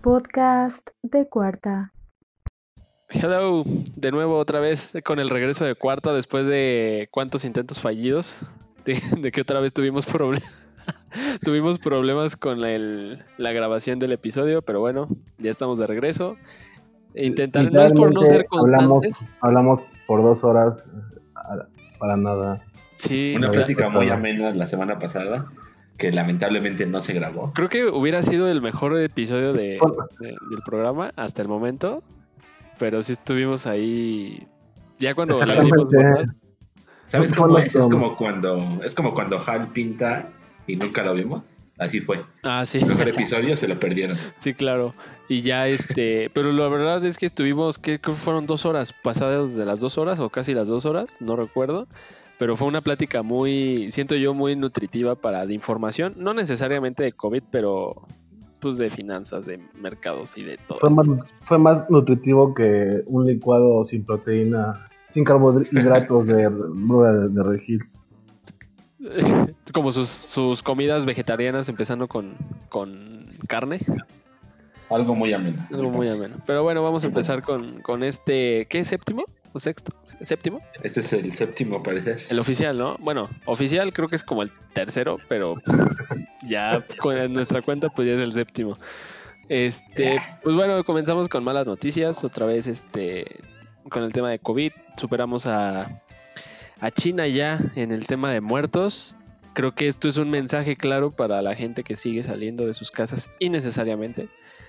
podcast de Cuarta. Hello, de nuevo otra vez con el regreso de Cuarta después de cuántos intentos fallidos, de que otra vez tuvimos tuvimos problemas con la grabación del episodio, pero bueno, ya estamos de regreso. Intentar, no es por no ser constantes. Hablamos por 2 horas para nada. Sí, una plática muy amena la semana pasada que lamentablemente no se grabó. Creo que hubiera sido el mejor episodio del programa hasta el momento, pero sí estuvimos ahí ya cuando la dimos verdad. ¿Sabes cómo es? Es como cuando Hal pinta y nunca lo vimos. Así fue. Ah, sí. El mejor episodio se lo perdieron. Sí, claro. Y ya pero la verdad es que estuvimos, creo que fueron 2 horas, pasadas de las 2 horas o casi las 2 horas, no recuerdo. Pero fue una plática siento yo, muy nutritiva de información, no necesariamente de COVID, pero pues de finanzas, de mercados y de todo. Fue más nutritivo que un licuado sin proteína, sin carbohidratos de Regil. Como sus comidas vegetarianas empezando con carne. Algo muy ameno. Muy ameno. Pero bueno, vamos a empezar con este, ¿qué? ¿Séptimo? ¿O sexto? ¿Séptimo? Este es el séptimo, parece. El oficial, ¿no? Bueno, oficial creo que es como el tercero, pero ya con nuestra cuenta pues ya es el séptimo. Pues bueno, comenzamos con malas noticias. Otra vez con el tema de COVID. Superamos a China ya en el tema de muertos. Creo que esto es un mensaje claro para la gente que sigue saliendo de sus casas innecesariamente.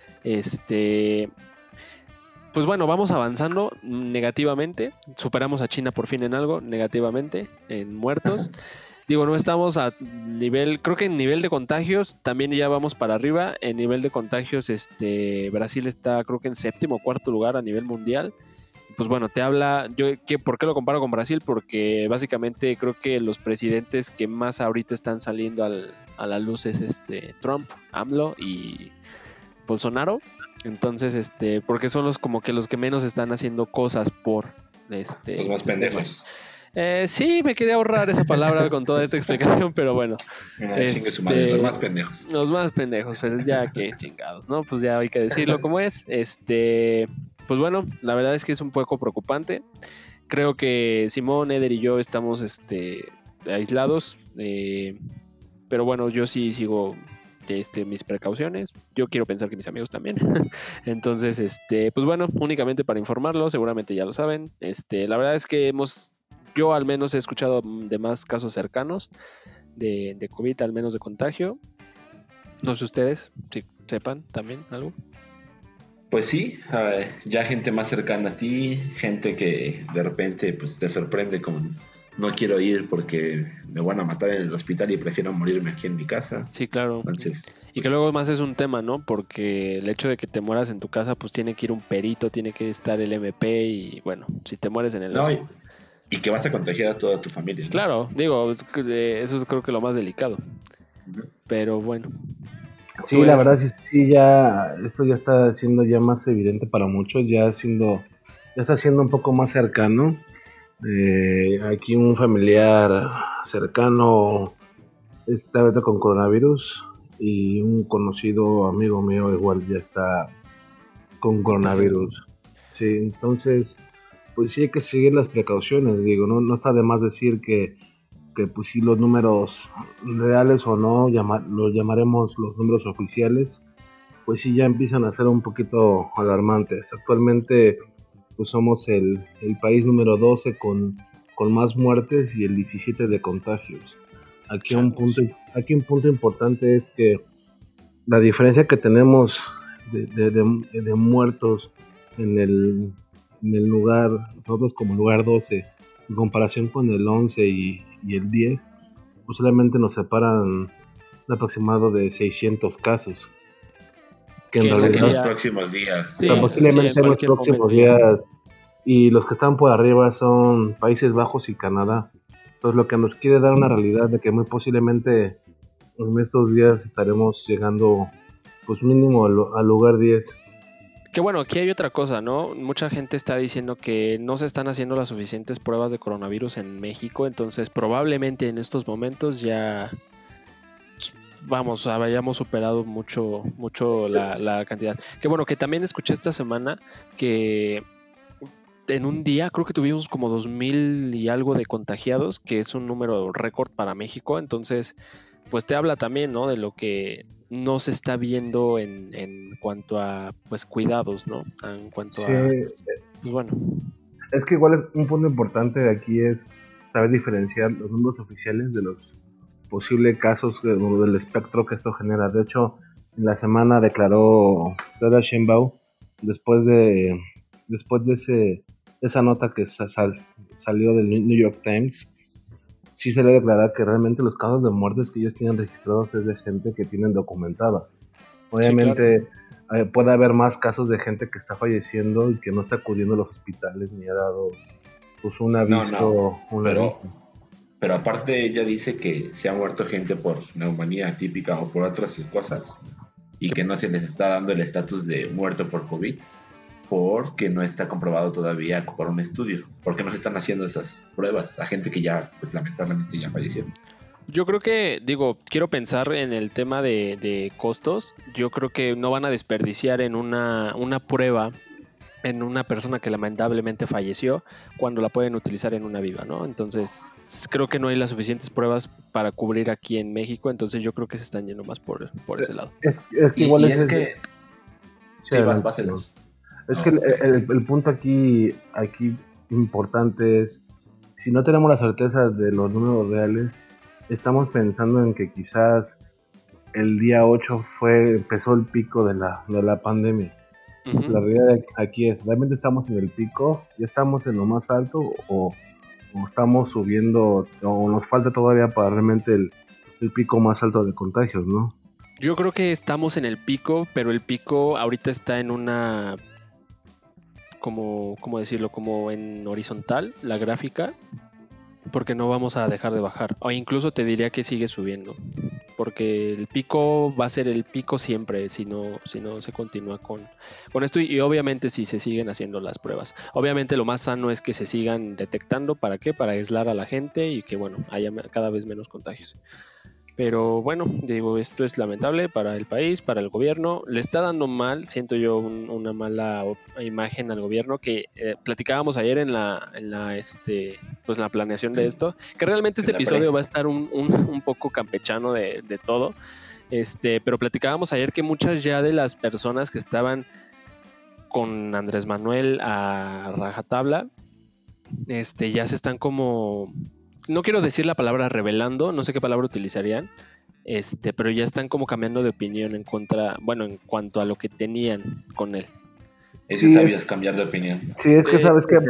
Pues bueno, vamos avanzando negativamente. Superamos a China por fin en algo, negativamente, en muertos. Digo, no estamos a nivel, creo que en nivel de contagios también ya vamos para arriba. En nivel de contagios, Brasil está creo que en séptimo o cuarto lugar a nivel mundial. Pues bueno, te habla, ¿por qué lo comparo con Brasil? Porque básicamente creo que los presidentes que más ahorita están saliendo a la luz es Trump, AMLO y Bolsonaro. Entonces, porque son los que menos están haciendo cosas por los más pendejos. Sí, me quería ahorrar esa palabra con toda esta explicación, pero bueno. Chingue su madre, los más pendejos. Los más pendejos, pues ya que chingados, ¿no? Pues ya hay que decirlo como es. Pues bueno, la verdad es que es un poco preocupante. Creo que Simón, Eder y yo estamos aislados, pero bueno, yo sí sigo mis precauciones. Yo quiero pensar que mis amigos también. Entonces, pues bueno, únicamente para informarlo, seguramente ya lo saben. La verdad es que yo al menos he escuchado de más casos cercanos de COVID, al menos de contagio. No sé ustedes, si sepan también algo. Pues sí, ya gente más cercana a ti, gente que de repente pues te sorprende con no quiero ir porque me van a matar en el hospital y prefiero morirme aquí en mi casa. Sí, claro. Entonces, y que luego más es un tema, ¿no? Porque el hecho de que te mueras en tu casa, pues tiene que ir un perito, tiene que estar el MP y bueno, si te mueres en el hospital. Y que vas a contagiar a toda tu familia, ¿no? Claro, digo, eso es creo que lo más delicado. Uh-huh. Pero bueno. Sí, la verdad sí, ya esto ya está siendo ya más evidente para muchos, ya está siendo un poco más cercano. Aquí un familiar cercano está ahorita con coronavirus y un conocido amigo mío igual ya está con coronavirus. Sí, entonces pues sí hay que seguir las precauciones, digo, no está de más decir que pues si los números reales o no, los llamaremos los números oficiales, pues sí ya empiezan a ser un poquito alarmantes. Actualmente pues somos el país número 12 con más muertes y el 17 de contagios. Aquí un punto importante es que la diferencia que tenemos de muertos en el lugar, nosotros como lugar 12, en comparación con el 11 y el 10, posiblemente nos separan un aproximado de 600 casos. Que en realidad en los próximos días. Sí, posiblemente en los próximos días. Y los que están por arriba son Países Bajos y Canadá. Entonces lo que nos quiere dar una realidad de que muy posiblemente en estos días estaremos llegando pues mínimo al lugar 10. Que bueno, aquí hay otra cosa, ¿no? Mucha gente está diciendo que no se están haciendo las suficientes pruebas de coronavirus en México, entonces probablemente en estos momentos ya vamos, habíamos superado mucho la cantidad. Que bueno, que también escuché esta semana que en un día creo que tuvimos como 2,000 y algo de contagiados, que es un número récord para México. Entonces, pues te habla también, ¿no? De lo que no se está viendo en cuanto a, pues, cuidados, ¿no? En cuanto Sí, a, pues bueno. es que igual un punto importante de aquí es saber diferenciar los números oficiales de los posibles casos del espectro que esto genera. De hecho, en la semana declaró Claudia Sheinbaum después de esa nota que salió del New York Times. Sí se le declara que realmente los casos de muertes que ellos tienen registrados es de gente que tienen documentada. Obviamente Sí, claro. puede haber más casos de gente que está falleciendo y que no está acudiendo a los hospitales ni ha dado pues un aviso, pero aparte ella dice que se ha muerto gente por neumonía típica o por otras cosas y que no se les está dando el estatus de muerto por COVID porque no está comprobado todavía por un estudio, porque no se están haciendo esas pruebas a gente que ya, pues lamentablemente ya falleció. Yo creo que, digo, quiero pensar en el tema de costos. Yo creo que no van a desperdiciar en una prueba en una persona que lamentablemente falleció cuando la pueden utilizar en una viva, ¿no? Entonces, creo que no hay las suficientes pruebas para cubrir aquí en México, entonces yo creo que se están yendo más por ese lado. Es que igual Es que... Sí, pásenlo. Es que el punto aquí importante es, si no tenemos la certeza de los números reales, estamos pensando en que quizás el día 8 empezó el pico de la pandemia. Uh-huh. La realidad aquí es, ¿realmente estamos en el pico? ¿Ya estamos en lo más alto? ¿O estamos subiendo? ¿O nos falta todavía para realmente el pico más alto de contagios, no? Yo creo que estamos en el pico, pero el pico ahorita está en una... ¿Cómo decirlo? Como en horizontal, la gráfica, porque no vamos a dejar de bajar. O incluso te diría que sigue subiendo, porque el pico va a ser el pico siempre si no se continúa con esto, y obviamente si se siguen haciendo las pruebas. Obviamente lo más sano es que se sigan detectando. ¿Para qué? Para aislar a la gente y que, bueno, haya cada vez menos contagios. Pero bueno, digo, esto es lamentable para el país, para el gobierno. Le está dando mal, siento yo, una mala imagen al gobierno, que platicábamos ayer en la planeación de esto, que realmente este episodio va a estar un poco campechano de todo. Pero platicábamos ayer que muchas ya de las personas que estaban con Andrés Manuel a rajatabla, ya se están como... No quiero decir la palabra rebelando, no sé qué palabra utilizarían, pero ya están como cambiando de opinión en cuanto a lo que tenían con él. Es necesario cambiar de opinión. Sí, es que sabes que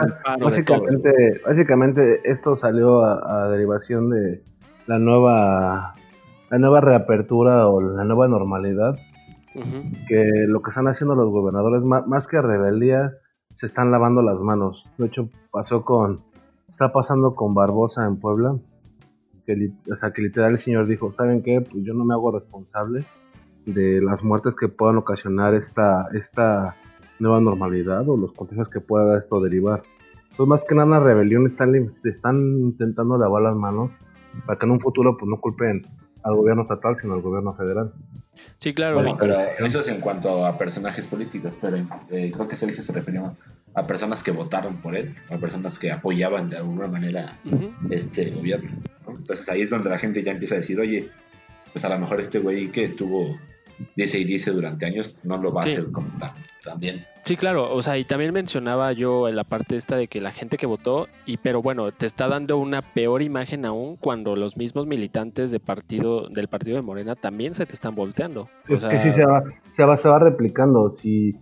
básicamente esto salió a derivación de la nueva reapertura o la nueva normalidad, uh-huh. Que lo que están haciendo los gobernadores, más que rebeldía, se están lavando las manos. De hecho, está pasando con Barbosa en Puebla, que literal el señor dijo, ¿saben qué? Pues yo no me hago responsable de las muertes que puedan ocasionar esta nueva normalidad o los contagios que pueda esto derivar. Entonces, más que nada, la rebelión se están intentando lavar las manos para que en un futuro pues no culpen al gobierno estatal, sino al gobierno federal. Sí, claro. Bueno, pero eso es en cuanto a personajes políticos, pero creo que Sergio se refería a personas que votaron por él, a personas que apoyaban de alguna manera este gobierno, ¿no? Entonces ahí es donde la gente ya empieza a decir, oye, pues a lo mejor este güey que estuvo dice y dice durante años no lo va a hacer como también. Sí, claro, o sea, y también mencionaba yo en la parte esta de que la gente que votó, pero bueno, te está dando una peor imagen aún cuando los mismos militantes del partido de Morena también se te están volteando. Es que sí se va replicando. Si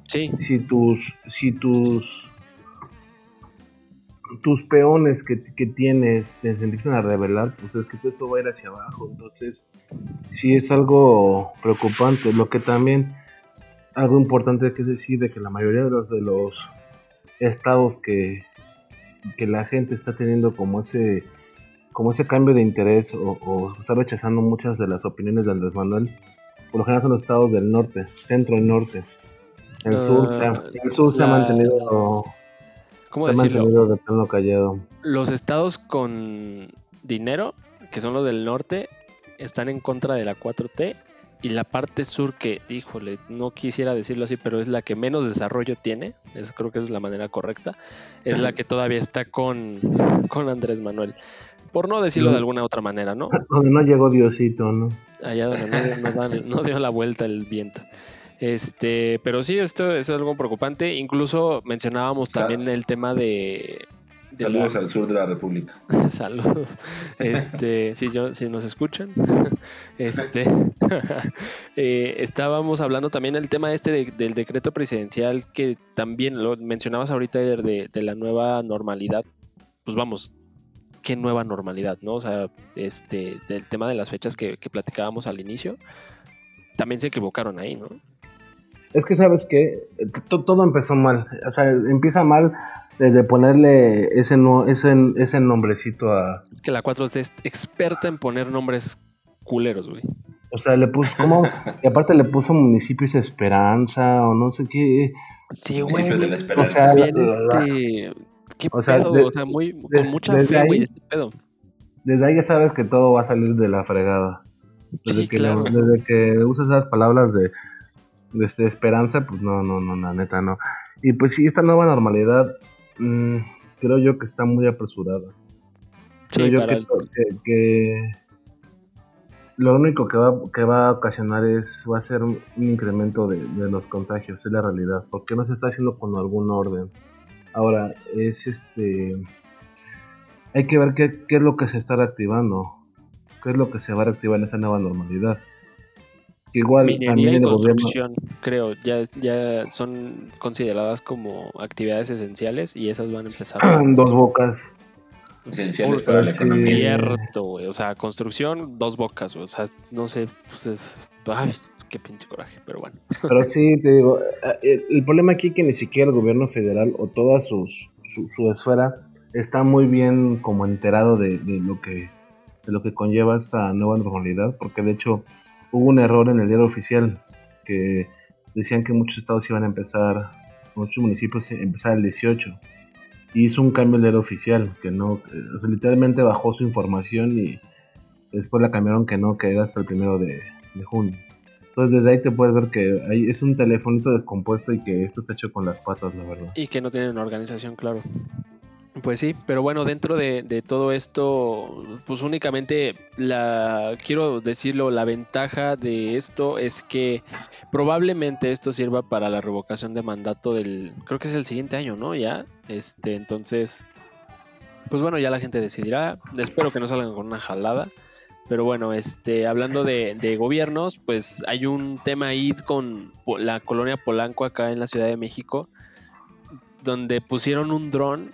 tus peones que tienes te empiezan a rebelar, pues es que eso va a ir hacia abajo. Entonces, sí es algo preocupante. Lo que también, algo importante que es decir, de que la mayoría de los estados que la gente está teniendo como ese cambio de interés o está rechazando muchas de las opiniones de Andrés Manuel, por lo general son los estados del norte, centro y norte. El sur se ha mantenido... ¿Cómo decirlo? De plano callado. Los estados con dinero, que son los del norte, están en contra de la 4T, y la parte sur que, híjole, no quisiera decirlo así, pero es la que menos desarrollo tiene, eso creo que es la manera correcta, es la que todavía está con Andrés Manuel, por no decirlo de alguna otra manera, ¿no? Donde no llegó Diosito, ¿no? Allá donde no dio la vuelta el viento. Pero sí, esto es algo preocupante. Incluso mencionábamos también el tema de saludos al sur de la República. Saludos. Si nos escuchan. Estábamos hablando también del tema del decreto presidencial, que también lo mencionabas ahorita de la nueva normalidad. Pues vamos, ¿qué nueva normalidad, no? O sea, del tema de las fechas que platicábamos al inicio, también se equivocaron ahí, ¿no? Es que, ¿sabes qué? Todo empezó mal. O sea, empieza mal desde ponerle ese nombrecito a... Es que la 4T es experta en poner nombres culeros, güey. O sea, le puso como... y aparte le puso Municipios Esperanza o no sé qué. Sí, güey. De la Esperanza. O sea, también ¿qué o sea, pedo? O sea, con mucha fe, güey, este pedo. Desde ahí ya sabes que todo va a salir de la fregada. Desde que usas esas palabras de esperanza, pues no, la neta no. Y pues sí, esta nueva normalidad creo yo que está muy apresurada. Creo yo que lo único que va a ocasionar va a ser un incremento de los contagios, es la realidad, porque no se está haciendo con algún orden. Ahora, hay que ver qué es lo que se está reactivando, qué es lo que se va a reactivar en esta nueva normalidad. Igual minería también y el construcción, creo, ya son consideradas como actividades esenciales y esas van a empezar Dos Bocas. Esenciales para la economía. Cierto, güey. O sea, construcción, Dos Bocas, güey. O sea, no sé. Ay, qué pinche coraje, pero bueno. Pero sí, te digo, el problema aquí es que ni siquiera el gobierno federal o toda su esfera está muy bien como enterado de lo que conlleva esta nueva normalidad, porque de hecho hubo un error en el diario oficial que decían que muchos estados iban a empezar, muchos municipios empezar el 18. Y hizo un cambio el diario oficial, que no, o sea, literalmente bajó su información y después la cambiaron que era hasta el 1 de junio. Entonces desde ahí te puedes ver que ahí es un telefonito descompuesto y que esto está hecho con las patas, la verdad. Y que no tienen organización, claro. Pues sí, pero bueno, dentro de todo esto, pues únicamente quiero decirlo, la ventaja de esto es que probablemente esto sirva para la revocación de mandato creo que es el siguiente año, ¿no? Ya, entonces, pues bueno, ya la gente decidirá. Espero que no salgan con una jalada. Pero bueno, hablando de gobiernos, pues hay un tema ahí con la colonia Polanco acá en la Ciudad de México, donde pusieron un dron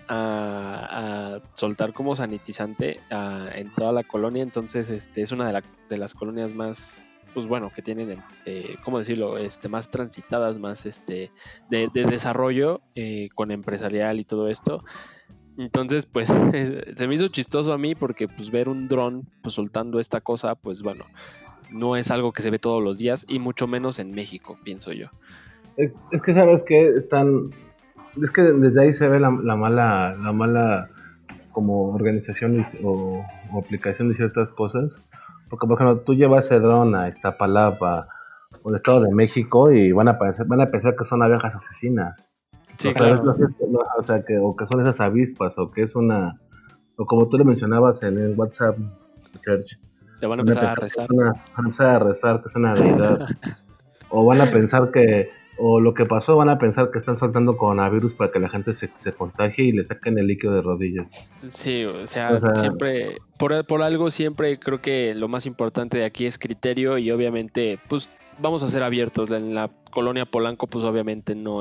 a soltar como sanitizante en toda la colonia. Entonces es una de las colonias más, pues bueno, que tienen, ¿cómo decirlo? Más transitadas, más de desarrollo con empresarial y todo esto. Entonces, pues, se me hizo chistoso a mí porque, pues, ver un dron pues, soltando esta cosa, pues, bueno, no es algo que se ve todos los días y mucho menos en México, pienso yo. Es que, ¿sabes qué? Es que desde ahí se ve la mala como organización o aplicación de ciertas cosas. Porque, por ejemplo, tú llevas ese dron a Iztapalapa o el Estado de México y van a pensar que son abejas asesinas. Sí, claro. O sea, que son esas avispas, o que es o como tú le mencionabas en el WhatsApp Search. Te van a empezar a rezar. Van a empezar a rezar que es una deidad. O van a pensar o lo que pasó, van a pensar que están soltando coronavirus para que la gente se contagie y le saquen el líquido de rodillas. Sí, o sea siempre, por algo siempre creo que lo más importante de aquí es criterio y obviamente, pues, vamos a ser abiertos. En la colonia Polanco, pues, obviamente no,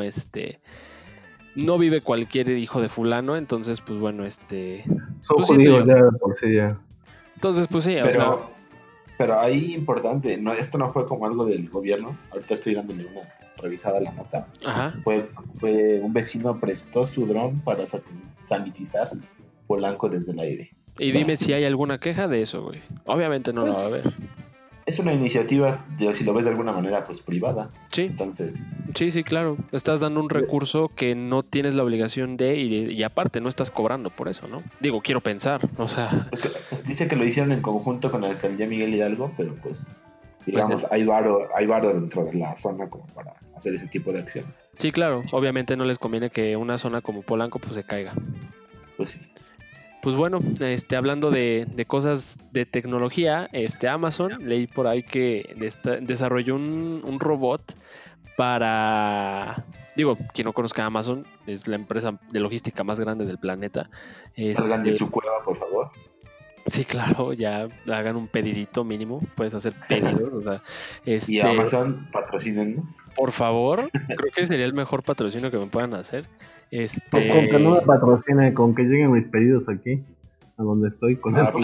no vive cualquier hijo de fulano, entonces, pues bueno, son pues, judíos ya por sí ya. Entonces, pues sí, pero ahí importante, esto no fue como algo del gobierno. Ahorita estoy dándole una revisada a la nota. Ajá. Fue un vecino prestó su dron para sanitizar Polanco desde el aire. Y dime si hay alguna queja de eso, güey. Obviamente no la va a haber. es una iniciativa, si lo ves de alguna manera, pues privada. Sí. Entonces, Sí, claro. Estás dando un recurso que no tienes la obligación de y aparte no estás cobrando por eso, ¿no? Digo, quiero pensar, o sea... pues dice que lo hicieron en conjunto con la alcaldía Miguel Hidalgo, pero pues, digamos, Pues, hay varo dentro de la zona como para hacer ese tipo de acciones. sí, claro. Obviamente no les conviene que una zona como Polanco pues se caiga. Pues sí. Pues bueno, hablando de cosas de tecnología, Amazon, leí por ahí que desarrolló un robot para... Digo, quien no conozca a Amazon, es la empresa de logística más grande del planeta. Salgan de su cueva, por favor. Sí, claro, ya hagan un pedidito mínimo, puedes hacer pedidos, o sea, Y Amazon, patrocínenos. por favor, creo que sería el mejor patrocinio que me puedan hacer. Con que no me patrocine, con que lleguen mis pedidos aquí, a donde estoy, con eso.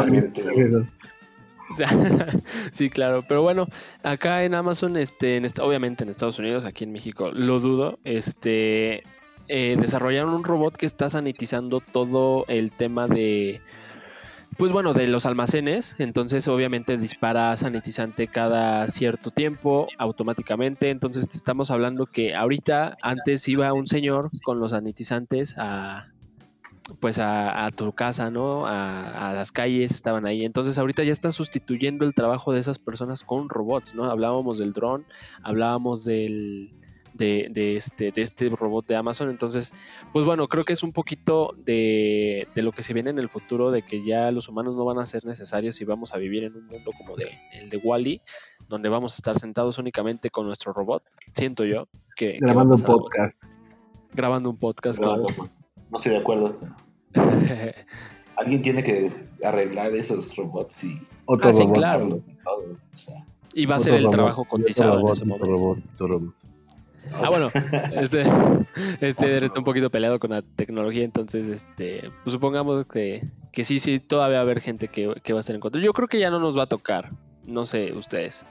Sí, claro, pero bueno, acá en Amazon, obviamente en Estados Unidos, aquí en México, lo dudo, desarrollaron un robot que está sanitizando todo el tema de, pues bueno, de los almacenes. Entonces obviamente dispara sanitizante cada cierto tiempo automáticamente. Entonces estamos hablando que ahorita antes iba un señor con los sanitizantes a tu casa, ¿no? A las calles, estaban ahí. Entonces ahorita ya están sustituyendo el trabajo de esas personas con robots, ¿no? Hablábamos del dron, hablábamos de este robot de Amazon. Entonces, pues bueno, creo que es un poquito de lo que se viene en el futuro, de que ya los humanos no van a ser necesarios y vamos a vivir en un mundo como el de WALL-E, donde vamos a estar sentados únicamente con nuestro robot. Siento yo que grabando un podcast. Grabando un podcast, claro. No estoy de acuerdo. Alguien tiene que arreglar esos robots y... sí, claro. Todo, o sea. Y va a ser el trabajo cotizado en ese momento. Bueno, está un poquito peleado con la tecnología, entonces, pues supongamos que sí, todavía va a haber gente que va a estar en contra. Yo creo que ya no nos va a tocar, no sé, ustedes.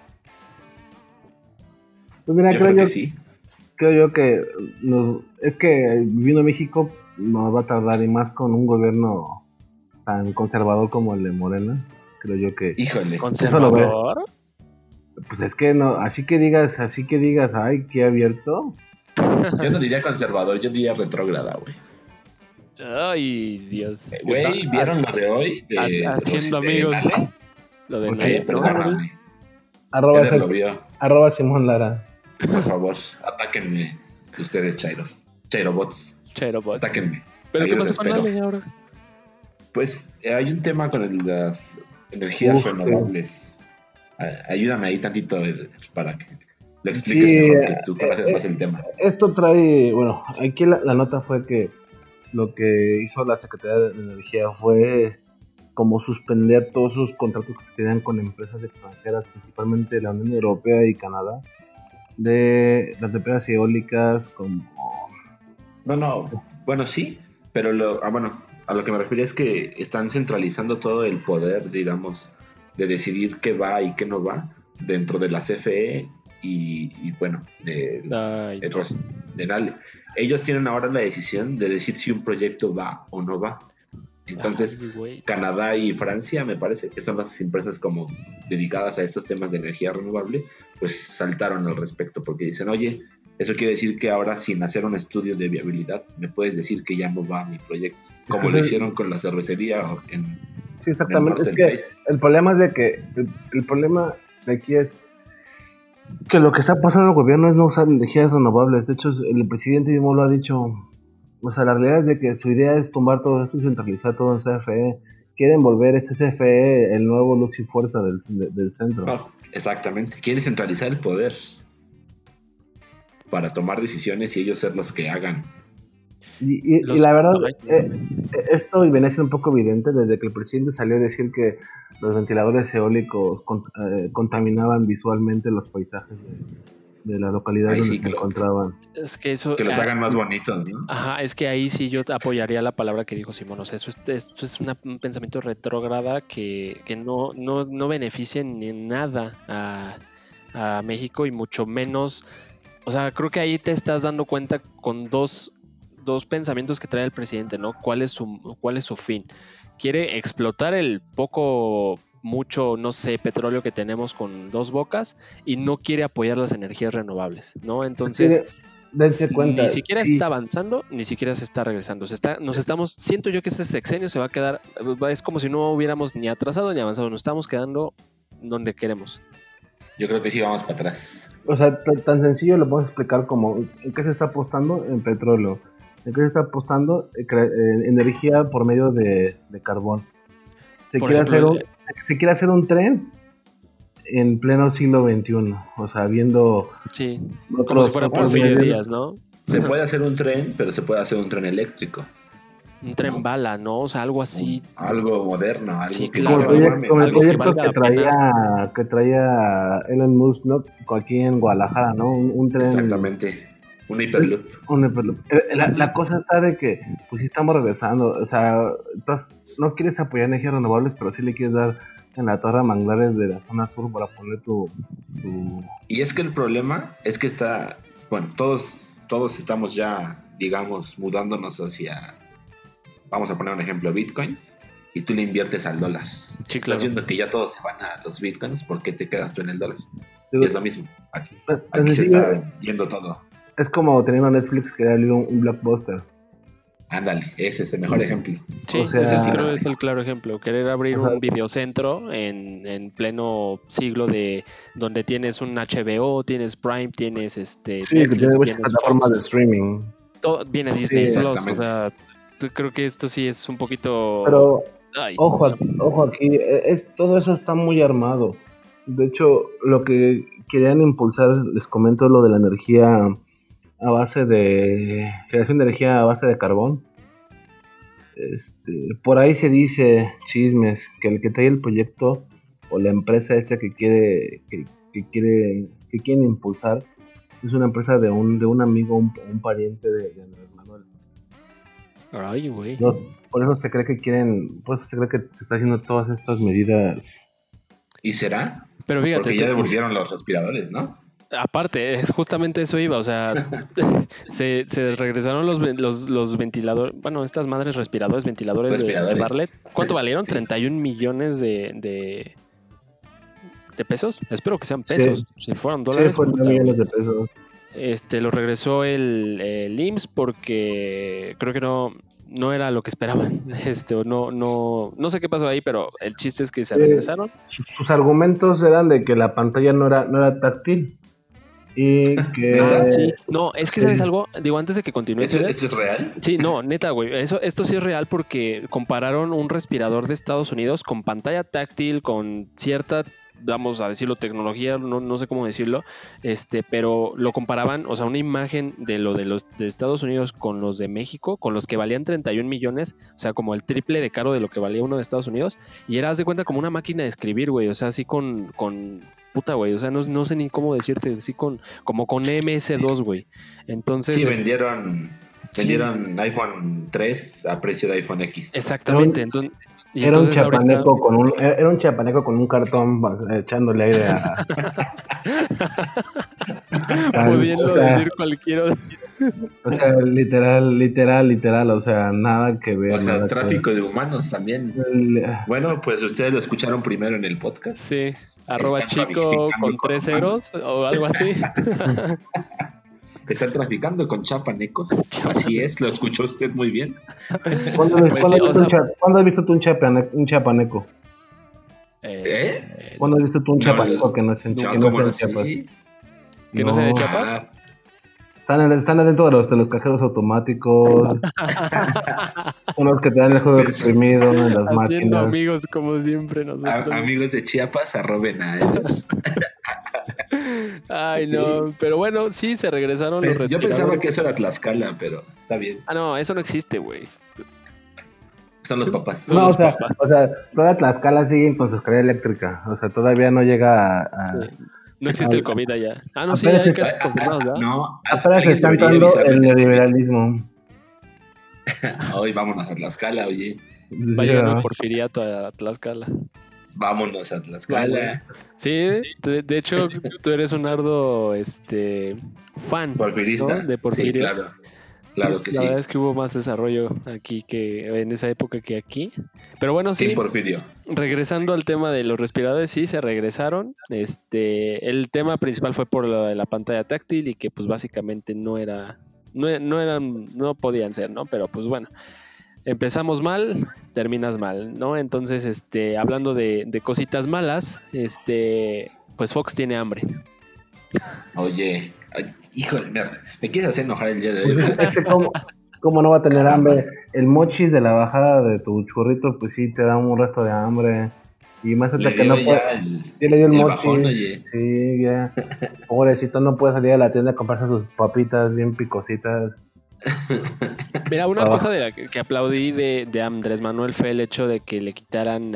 Pues mira, creo que sí. Creo yo que es que viviendo en México nos va a tardar, y más con un gobierno tan conservador como el de Morena. Creo yo que... Híjole, ¿conservador? Pues es que no, así que digas, ay, qué abierto. Yo no diría conservador, yo diría retrógrada, güey. Ay, Dios. Güey, ¿vieron lo de hoy? Haciendo amigos. Lo de Nale. Perdóname. @ Simón Lara. Por favor, atáquenme ustedes, Chairobots. Atáquenme. ¿Pero qué pasa con Nale ahora? Pues hay un tema con las energías renovables. Ayúdame ahí tantito para que lo expliques mejor, que tú conoces más el tema. Esto trae, bueno, aquí la nota fue que lo que hizo la Secretaría de Energía fue como suspender todos sus contratos que se tenían con empresas extranjeras, principalmente la Unión Europea y Canadá, de las empresas eólicas como... No, bueno, sí, pero a lo que me refiero es que están centralizando todo el poder, digamos, de decidir qué va y qué no va dentro de la CFE y bueno, de Nale. Ellos tienen ahora la decisión de decir si un proyecto va o no va. Entonces, Canadá y Francia, me parece, que son las empresas como dedicadas a estos temas de energía renovable, pues saltaron al respecto porque dicen, oye, eso quiere decir que ahora sin hacer un estudio de viabilidad me puedes decir que ya no va mi proyecto, como lo hicieron con la cervecería en... Sí, exactamente. Es que el problema es de que el problema de aquí es que lo que está pasando el gobierno es no usar energías renovables. De hecho, el presidente mismo lo ha dicho. O sea, la realidad es de que su idea es tumbar todo esto y centralizar todo en CFE. Quieren volver este CFE el nuevo luz y fuerza del centro. No, exactamente. Quieren centralizar el poder para tomar decisiones y ellos ser los que hagan. Y la verdad, esto viene a ser un poco evidente desde que el presidente salió a decir que los ventiladores eólicos contaminaban visualmente los paisajes de la localidad donde se encontraban. Es que eso... Que los hagan más bonitos, ¿no? Ajá, es que ahí sí yo apoyaría la palabra que dijo Simón. O sea, eso es un pensamiento retrógrada que no beneficia en nada a México y mucho menos... O sea, creo que ahí te estás dando cuenta con dos pensamientos que trae el presidente, ¿no? ¿Cuál es su fin? Quiere explotar el poco mucho, no sé, petróleo que tenemos con Dos Bocas y no quiere apoyar las energías renovables, ¿no? Entonces, dense cuenta, ni siquiera sí. está avanzando, ni siquiera se está regresando. Siento yo que este sexenio se va a quedar, es como si no hubiéramos ni atrasado ni avanzado, nos estamos quedando donde queremos. Yo creo que sí vamos para atrás. O sea, tan sencillo lo podemos explicar como en qué se está apostando en petróleo, en qué se está apostando en energía por medio de carbón. Se quiere hacer un tren en pleno siglo XXI, o sea, viendo... Sí, como si fuera Porfirio Díaz, ¿no? Se puede hacer un tren, pero se puede hacer un tren eléctrico. Un tren bala, ¿no? O sea, algo así. Algo moderno, algo sí, que claro, como el proyecto que que traía Elon Musk, ¿no? Aquí en Guadalajara, ¿no? Un tren... Exactamente. Un Hyperloop. La cosa está de que, pues sí estamos regresando, o sea, no quieres apoyar energías renovables, pero sí le quieres dar en la torre a manglares de la zona sur para poner tu... Y es que el problema es que todos estamos ya, digamos, mudándonos hacia, vamos a poner un ejemplo, bitcoins, y tú le inviertes al dólar. Sí, Estás claro. viendo que ya todos se van a los bitcoins, ¿por qué te quedas tú en el dólar? Sí, Y es lo mismo, aquí se está yendo todo. Es como teniendo Netflix que era un blockbuster. Ándale, ese es el mejor ejemplo. Sí, o sea, ese sí creo que es el claro ejemplo. Querer abrir un videocentro en pleno siglo de donde tienes un HBO, tienes Prime, tienes Netflix, tienes tienes plataformas Fox. de streaming. Todo viene Disney Sí, Plus, o sea, creo que esto sí es un poquito... Pero, Ay, ojo aquí, todo eso está muy armado. De hecho, lo que querían impulsar, les comento lo de la energía a base de generación de energía a base de carbón. Por ahí se dice chismes que el que trae el proyecto o la empresa que quieren impulsar es una empresa de un amigo, un pariente de Andrés Manuel. Ay, güey. No, por eso se cree que se está haciendo todas estas medidas. ¿Y será? Pero fíjate, porque ya devolvieron los respiradores, ¿no? Aparte, es justamente eso iba, o sea, se regresaron los ventiladores, bueno, estas madres ventiladores de Bartlett. ¿Cuánto valieron? Sí. 31 millones de pesos. Espero que sean pesos. Sí. Si fueran dólares, sí, fueron millones de pesos. Lo regresó el IMSS porque creo que no era lo que esperaban. No sé qué pasó ahí, pero el chiste es que se regresaron. Sus argumentos eran de que la pantalla no era táctil. Y que... sí. No, es que ¿sabes algo? Digo, antes de que continúe. ¿Esto es real? Sí, no, neta, güey. Esto sí es real porque compararon un respirador de Estados Unidos con pantalla táctil, con cierta, vamos a decirlo, tecnología, no sé cómo decirlo, pero lo comparaban, o sea, una imagen de los de Estados Unidos con los de México, con los que valían 31 millones, o sea, como el triple de caro de lo que valía uno de Estados Unidos, y era, haz de cuenta, como una máquina de escribir, güey, o sea, así con puta, güey, o sea, no sé ni cómo decirte, así como con MS2, güey. Entonces... Sí, vendieron iPhone 3 a precio de iPhone X. Exactamente, Era un chapaneco con un cartón echándole aire a... pudiendo decir cualquiera. O sea, literal, o sea, nada que ver. O sea, tráfico de humanos también. Bueno, pues ustedes lo escucharon primero en el podcast. Sí, @chico con 3 ceros o algo así. Están traficando con chapanecos. Así es, lo escuchó usted muy bien. ¿Cuándo has visto tú un chapaneco? ¿Cuándo has visto tú un chapaneco que no es en Chiapas? ¿Que no sea de Chiapas? Están adentro de los cajeros automáticos. Unos que te dan el juego exprimido en las haciendo máquinas. Amigos como siempre nosotros. Amigos de Chiapas, arroben a ellos. Ay, no, pero bueno, sí, se regresaron los respiradores. Yo pensaba que eso era Tlaxcala, pero está bien. Ah, no, eso no existe, güey. Son los papás. No, o sea, todavía Tlaxcala siguen con su escalera eléctrica. O sea, todavía no llega a... Sí. No existe el COVID allá. Ah, no, sí, hay casos confirmados, ¿verdad? No, apenas está entrando el neoliberalismo. Hoy vámonos a Tlaxcala, oye. Va llegando el porfiriato a Tlaxcala. Vámonos a Tlaxcala. Sí, de hecho, tú eres un ardo fan. Porfirista. ¿No? De Porfirio. Sí, claro. Claro Pues, que la sí. verdad es que hubo más desarrollo aquí que en esa época que aquí. Pero bueno, Sí, sí, Porfirio. regresando al tema de los respiradores, sí, se regresaron. El tema principal fue por lo de la pantalla táctil y que pues básicamente no podían ser, ¿no? Pero pues bueno, empezamos mal, terminas mal, ¿no? Entonces, hablando de cositas malas, pues Fox tiene hambre. Oye, ay, híjole, me quieres hacer enojar el día de hoy, Pues ¿verdad? es que cómo no va a tener Caramba. hambre. El mochis de la bajada de tu churrito, pues sí te da un resto de hambre. Y más Le hasta que dio no puede. ya Ya le dio el el mochis. bajón, oye. Sí, ya. Pobrecito, no puede salir a la tienda a comprarse sus papitas bien picositas. Mira, una para cosa bajar. de la que aplaudí de Andrés Manuel fue el hecho de que le quitaran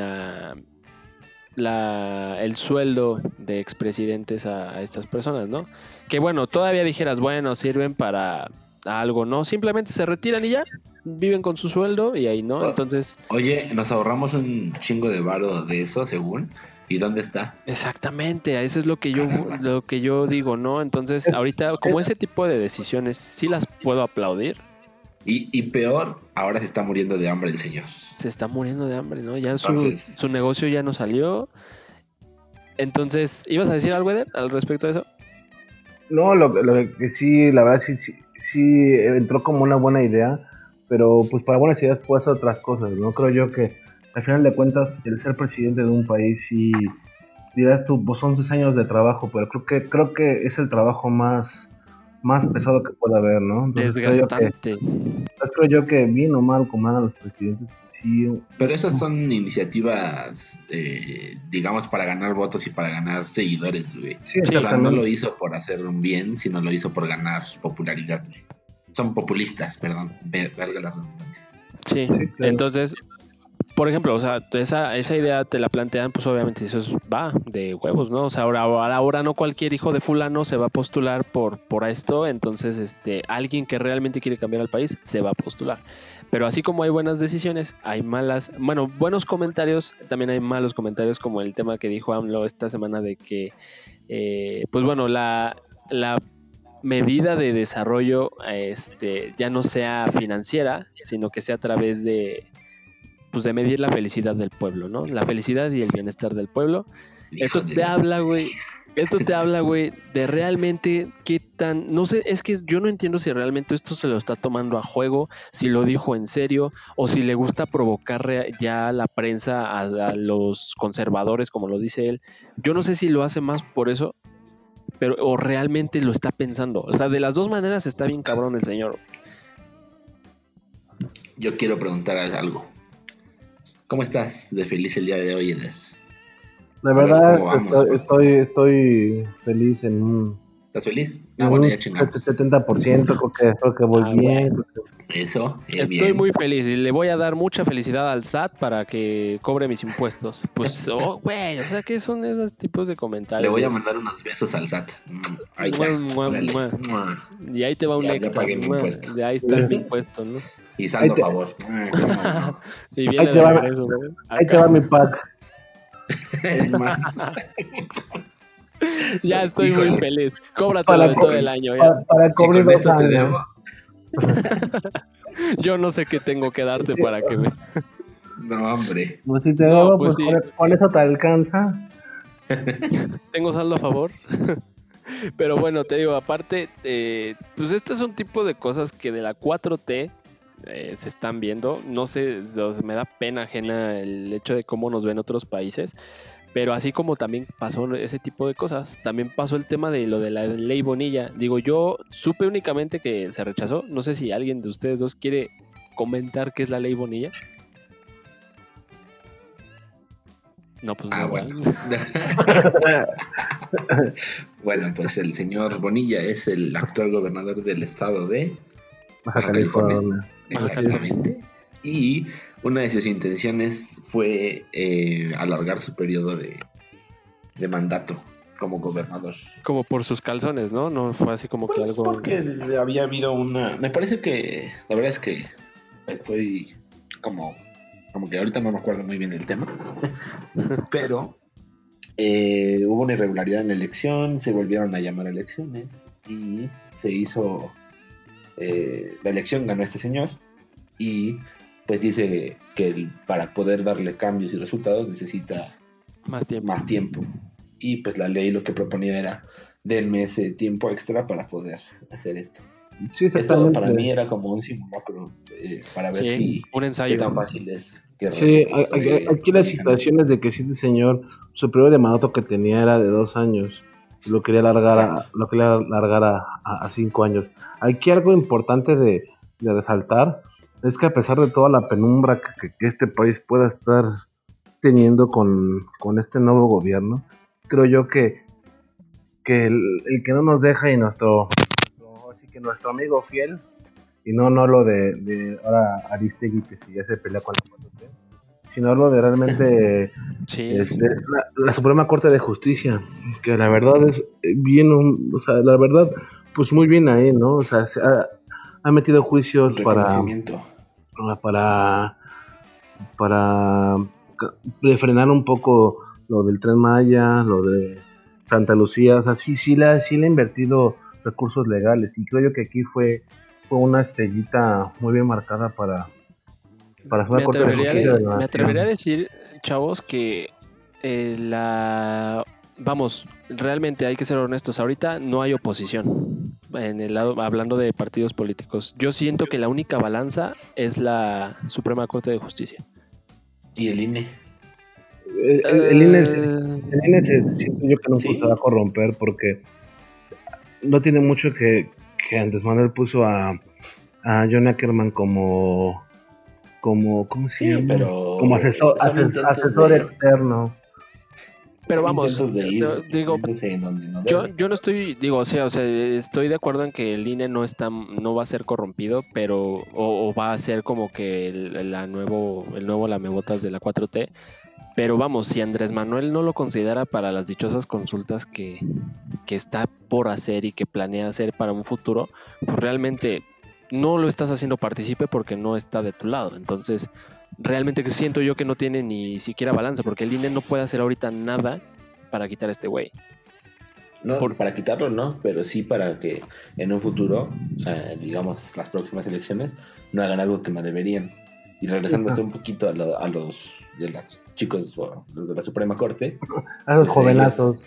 el sueldo de expresidentes a estas personas, ¿no? Que bueno, todavía dijeras, bueno, sirven para algo, ¿no? Simplemente se retiran y ya, viven con su sueldo y ahí, ¿no? Entonces, Oye, nos ahorramos un chingo de varo de eso, según. ¿Y dónde está? exactamente, eso es Caramba. lo que yo digo, ¿no? Entonces, ahorita, como ese tipo de decisiones sí las puedo aplaudir, Y peor, ahora se está muriendo de hambre el señor. se está muriendo de hambre, ¿no? Ya Entonces, su negocio ya no salió. Entonces, ¿ibas a decir algo, Eder, al respecto de eso? No, lo que sí, la verdad sí entró como una buena idea, pero pues para buenas ideas puede hacer otras cosas, ¿no? Creo yo que al final de cuentas el ser presidente de un país sí dirás tú, pues son 6 años de trabajo, pero creo que es el trabajo más pesado que puede haber, ¿no? Entonces Desgastante. creo yo que bien o mal como hagan los presidentes, pues sí, pero esas son iniciativas, digamos, para ganar votos y para ganar seguidores, güey. sí, O sea, no exactamente. lo hizo por hacer un bien, sino lo hizo por ganar popularidad, güey. Son populistas, perdón. Verga la redundancia. Sí, Sí, claro. entonces, por ejemplo, o sea, esa idea te la plantean, pues obviamente eso va de huevos, ¿no? O sea, ahora no cualquier hijo de fulano se va a postular por esto, entonces, alguien que realmente quiere cambiar al país se va a postular. Pero así como hay buenas decisiones, hay malas, bueno, buenos comentarios, también hay malos comentarios, como el tema que dijo AMLO esta semana de que, pues bueno, la medida de desarrollo ya no sea financiera, sino que sea a través pues de medir la felicidad del pueblo, ¿no? La felicidad y el bienestar del pueblo. Hijo Esto de te la- habla, güey. Esto te habla, güey, de realmente qué tan... No sé, es que yo no entiendo si realmente esto se lo está tomando a juego, si lo dijo en serio, o si le gusta provocar ya la prensa a los conservadores, como lo dice él. Yo no sé si lo hace más por eso, pero o realmente lo está pensando. O sea, de las dos maneras está bien cabrón el señor. Yo quiero preguntar algo. ¿Cómo estás de feliz el día de hoy, Eder? De A ver, verdad ¿cómo vamos? estoy feliz en un ¿Estás feliz? En Bueno, un ya chingamos. 70%, creo que voy bien. Bueno. Eso, Estoy bien. muy feliz y le voy a dar mucha felicidad al SAT para que cobre mis impuestos. Pues, güey, o sea, ¿qué son esos tipos de comentarios? Le voy a güey? mandar unos besos al SAT. Ahí está. Mua, Órale. mua. Mua. Y ahí te va un Ya extra. pagué mi impuesto. De ahí está mi impuesto, ¿no? Y saldo a Ahí te- favor. ¿Cómo no? Y Ahí viene te de va, regreso, güey. ahí te va mi pack. Es más. Ya estoy Híjole. muy feliz. Cóbratelo Para de co- todo el año. Ya. Para Si cubrir con 2 esto te años. debo. Yo no sé qué tengo que darte Sí. para que me... No, hombre. Pues si te No, debo, pues pues sí. con eso te alcanza. Tengo saldo a favor. Pero bueno, te digo, aparte, pues este es un tipo de cosas que de la 4T se están viendo. No sé, o sea, me da pena ajena el hecho de cómo nos ven otros países. Pero así como también pasó ese tipo de cosas, también pasó el tema de lo de la ley Bonilla. Digo, yo supe únicamente que se rechazó. No sé si alguien de ustedes dos quiere comentar qué es la ley Bonilla. No, pues no, Bueno. ¿verdad? Bueno, pues el señor Bonilla es el actual gobernador del estado de Baja Baja California. California. Exactamente. Y una de sus intenciones fue alargar su periodo de mandato como gobernador. Como por sus calzones, ¿no? No fue así como que Pues algo... porque había habido una... Me parece que... La verdad es que estoy como que ahorita no me acuerdo muy bien del tema. Pero hubo una irregularidad en la elección, se volvieron a llamar elecciones y se hizo la elección ganó este señor y pues dice que para poder darle cambios y resultados necesita más tiempo. Y pues la ley lo que proponía era denme ese tiempo extra para poder hacer esto. Sí, esto para mí era como un simulacro para ver si un ensayo. qué tan fácil es que sí, aquí la situación es de que si este señor, su periodo de mandato que tenía era de 2 años, lo quería alargar a 5 años. Aquí algo importante de resaltar es que a pesar de toda la penumbra que este país pueda estar teniendo con este nuevo gobierno, creo yo que el que no nos deja y nuestro amigo fiel, y no lo de ahora Aristegui que si ya se pelea con la 4T, sino lo de realmente la Suprema Corte de Justicia, que la verdad es bien, o sea, la verdad, pues muy bien ahí, ¿no? O sea, se ha metido juicios para frenar un poco lo del Tren Maya, lo de Santa Lucía, o sea, sí le ha invertido recursos legales, y creo yo que aquí fue una estrellita muy bien marcada para me atrevería a decir, chavos, que vamos, realmente hay que ser honestos, ahorita no hay oposición en el lado, hablando de partidos políticos. Yo siento que la única balanza es la Suprema Corte de Justicia. ¿Y el INE? El INE siento yo que no se va a corromper, porque no tiene mucho que Andrés Manuel puso a John Ackerman como ¿cómo se llama? Como asesor externo. Pero vamos, yo no estoy, o sea, estoy de acuerdo en que el INE no va a ser corrompido, pero o va a ser como que el nuevo lamebotas de la 4T. Pero vamos, si Andrés Manuel no lo considera para las dichosas consultas que está por hacer y que planea hacer para un futuro, pues realmente no lo estás haciendo partícipe porque no está de tu lado. Entonces, realmente que siento yo que no tiene ni siquiera balance, porque el INE no puede hacer ahorita nada para quitar a este güey. No, para quitarlo no, pero sí para que en un futuro, digamos, las próximas elecciones, no hagan algo que no deberían. Y regresando hasta un poquito a los de los chicos de la Suprema Corte. A los jovenazos.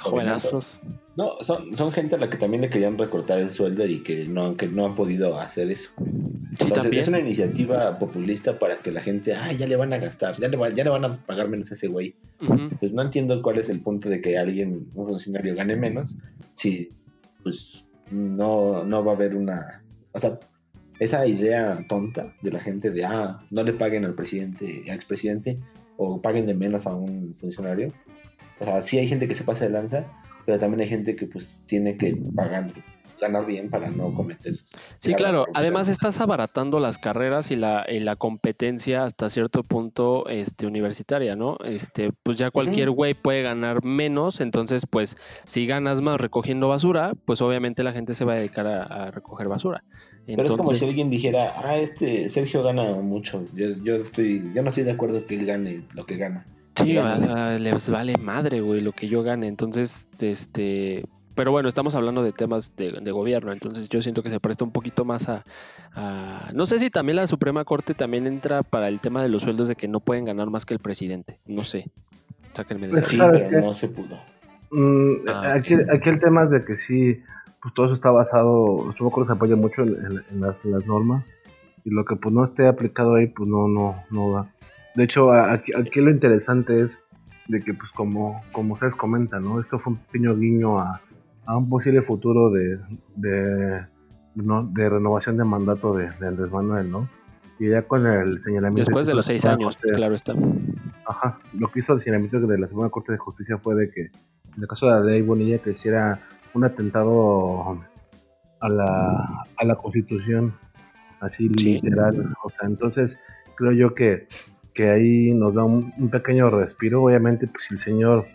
No, son gente a la que también le querían recortar el sueldo y que no han podido hacer eso. Sí, entonces también. Es una iniciativa populista para que la gente, ya le van a gastar, ya le van a pagar menos a ese güey. Uh-huh. Pues no entiendo cuál es el punto de que un funcionario gane menos, si pues no va a haber o sea, esa idea tonta de la gente de no le paguen al presidente, al expresidente, o paguen de menos a un funcionario. O sea, sí hay gente que se pasa de lanza, pero también hay gente que pues tiene que ganar bien para no cometer. Sí, claro. Además estás abaratando las carreras y la competencia hasta cierto punto universitaria, ¿no? Pues ya cualquier güey puede ganar menos, entonces pues si ganas más recogiendo basura, pues obviamente la gente se va a dedicar a recoger basura. Pero es como si alguien dijera, Sergio gana mucho, yo no estoy de acuerdo que él gane lo que gana. Sí, les vale madre, güey, lo que yo gane. Entonces, pero bueno, estamos hablando de temas de gobierno, entonces yo siento que se presta un poquito más a... No sé si también la Suprema Corte también entra para el tema de los sueldos, de que no pueden ganar más que el presidente. No sé, sáquenme de eso. Sí, pero no se pudo. Aquí el tema es de que sí, pues todo eso está basado, yo creo que se apoya mucho en las normas, y lo que pues no esté aplicado ahí, pues no va. De hecho, aquí lo interesante es de que, pues como ustedes comentan, ¿no? Esto fue un pequeño guiño a un posible futuro de renovación de mandato de Andrés Manuel, ¿no? Y ya con el señalamiento... Después de los 6 años, claro está. Ajá, lo que hizo el señalamiento de la Suprema Corte de Justicia fue de que, en el caso de la ley Bonilla, que hiciera un atentado a la Constitución, así literal. O sea, entonces creo yo que ahí nos da un pequeño respiro. Obviamente, pues si el señor,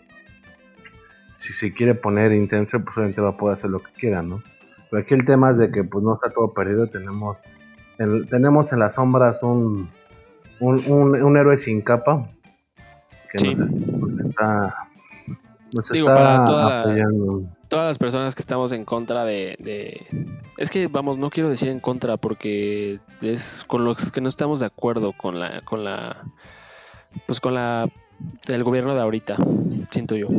si se quiere poner intenso, pues obviamente va a poder hacer lo que quiera, ¿no? Pero aquí el tema es de que pues no está todo perdido. Tenemos en las sombras un héroe sin capa que nos está Nos Digo, está para apoyando. todas las personas que estamos en contra Es que, vamos, no quiero decir en contra porque es con los que no estamos de acuerdo pues con el gobierno de ahorita, siento yo.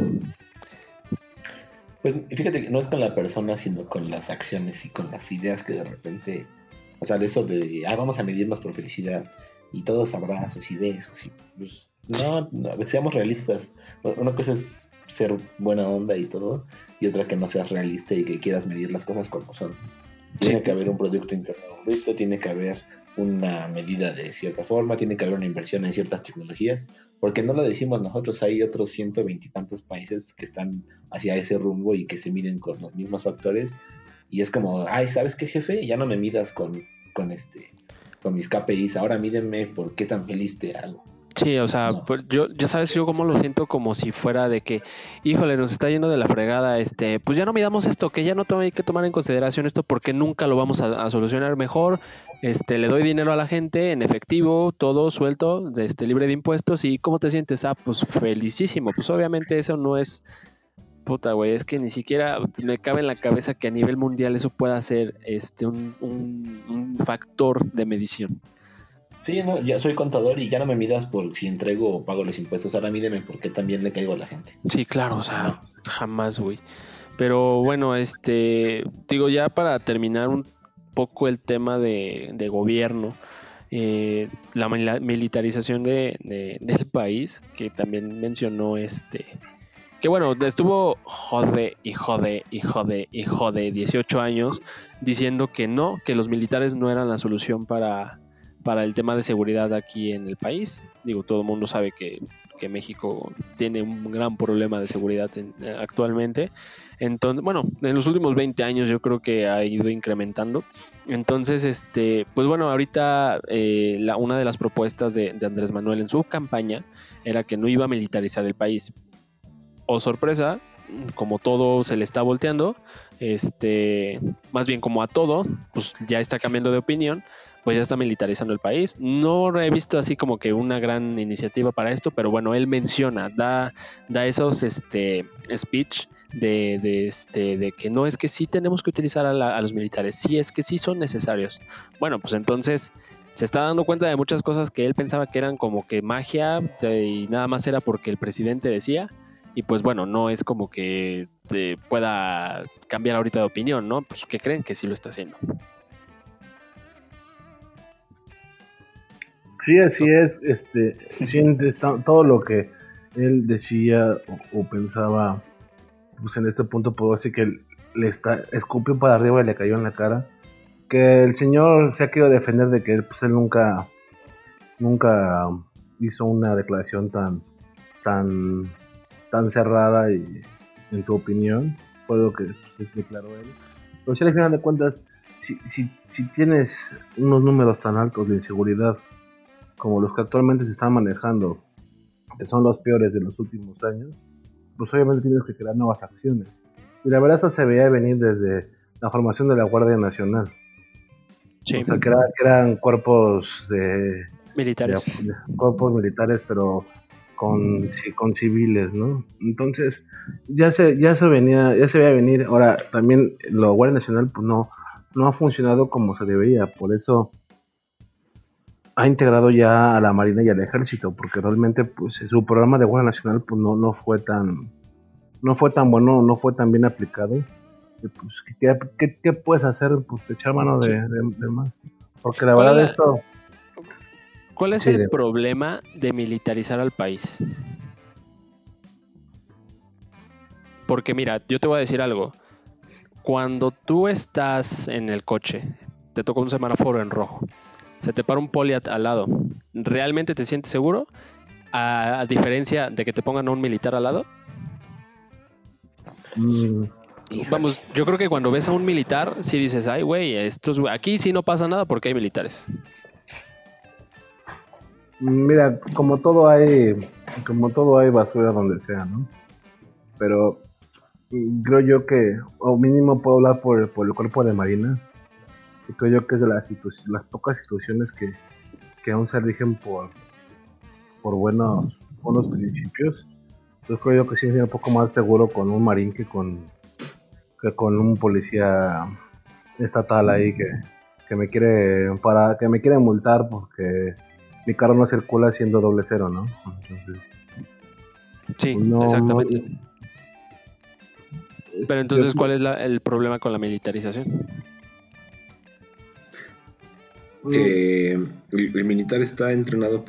Pues fíjate que no es con la persona, sino con las acciones y con las ideas que de repente, o sea, de eso de, vamos a medirnos por felicidad y todos abrazos y besos y pues no, seamos realistas. Una cosa es ser buena onda y todo, y otra que no seas realista y que quieras medir las cosas como son. Tiene Sí. que haber un Producto Interno Bruto, tiene que haber una medida de cierta forma, tiene que haber una inversión en ciertas tecnologías, porque no lo decimos nosotros, hay otros 120 y tantos países que están hacia ese rumbo y que se miden con los mismos factores, y es como, ay, ¿sabes qué, jefe? Ya no me midas con mis KPIs, ahora mídeme por qué tan feliz te hago. Sí, o sea, No. pues ya sabes, yo como lo siento como si fuera de que, híjole, nos está yendo de la fregada, pues ya no midamos esto, que ya no hay que tomar en consideración esto porque nunca lo vamos a solucionar mejor, le doy dinero a la gente en efectivo, todo suelto, libre de impuestos, y ¿cómo te sientes? Pues felicísimo, pues obviamente eso no es, puta, güey, es que ni siquiera me cabe en la cabeza que a nivel mundial eso pueda ser, un factor de medición. Sí, no, ya soy contador y ya no me midas por si entrego o pago los impuestos, ahora mídeme por qué también le caigo a la gente. Sí, claro, o sea, No. jamás, güey. Pero bueno, digo, ya para terminar un poco el tema de gobierno, la militarización del país, que también mencionó que bueno, estuvo jode y jode y jode y jode 18 años diciendo que no, que los militares no eran la solución para el tema de seguridad aquí en el país. Digo, todo el mundo sabe que México tiene un gran problema de seguridad actualmente. Entonces, bueno, en los últimos 20 años yo creo que ha ido incrementando. Entonces, pues bueno, ahorita una de las propuestas de Andrés Manuel en su campaña era que no iba a militarizar el país. Oh, sorpresa, como todo se le está volteando, más bien como a todo, pues ya está cambiando de opinión, pues ya está militarizando el país. No he visto así como que una gran iniciativa para esto, pero bueno, él menciona, da esos speech de que no es que sí tenemos que utilizar a los militares, sí es que sí son necesarios. Bueno, pues entonces se está dando cuenta de muchas cosas que él pensaba que eran como que magia y nada más era porque el presidente decía. Y pues bueno, no es como que pueda cambiar ahorita de opinión, ¿no? Pues que creen que sí lo está haciendo. Sí, así es. Todo lo que él decía o pensaba, pues en este punto puedo decir que escupió para arriba y le cayó en la cara. Que el señor se ha querido defender de que pues, él nunca hizo una declaración tan cerrada y en su opinión, fue lo que declaró él. Pero si al final de cuentas, si tienes unos números tan altos de inseguridad como los que actualmente se están manejando, que son los peores de los últimos años, pues obviamente tienes que crear nuevas acciones. Y la verdad eso se veía venir desde la formación de la Guardia Nacional. Sí. O sea, que eran cuerpos militares. Cuerpos militares, pero con civiles, ¿no? Entonces, ya se veía venir. Ahora, también la Guardia Nacional pues no ha funcionado como se debería, por eso ha integrado ya a la Marina y al Ejército, porque realmente pues su programa de Guardia Nacional pues no fue tan bueno, no fue tan bien aplicado. Y, pues, ¿qué puedes hacer? Pues echar mano de más. Porque la verdad esto... ¿Cuál es el problema de militarizar al país? Porque mira, yo te voy a decir algo. Cuando tú estás en el coche, te toca un semáforo en rojo, se te para un poli al lado, ¿realmente te sientes seguro? A diferencia de que te pongan a un militar al lado. Vamos, yo creo que cuando ves a un militar, sí dices, ay, güey, aquí sí no pasa nada porque hay militares. Mira, como todo hay basura donde sea, ¿no? Pero creo yo que, o mínimo puedo hablar por el cuerpo de Marina, y creo yo que es de las pocas instituciones que aún se rigen por buenos principios. Yo creo que sí es un poco más seguro con un marín que con un policía estatal ahí que me quiere multar porque mi carro no circula siendo 00, ¿no? Entonces, Sí, no, exactamente. Pero entonces, yo- ¿cuál es el problema con la militarización? Que el militar está entrenado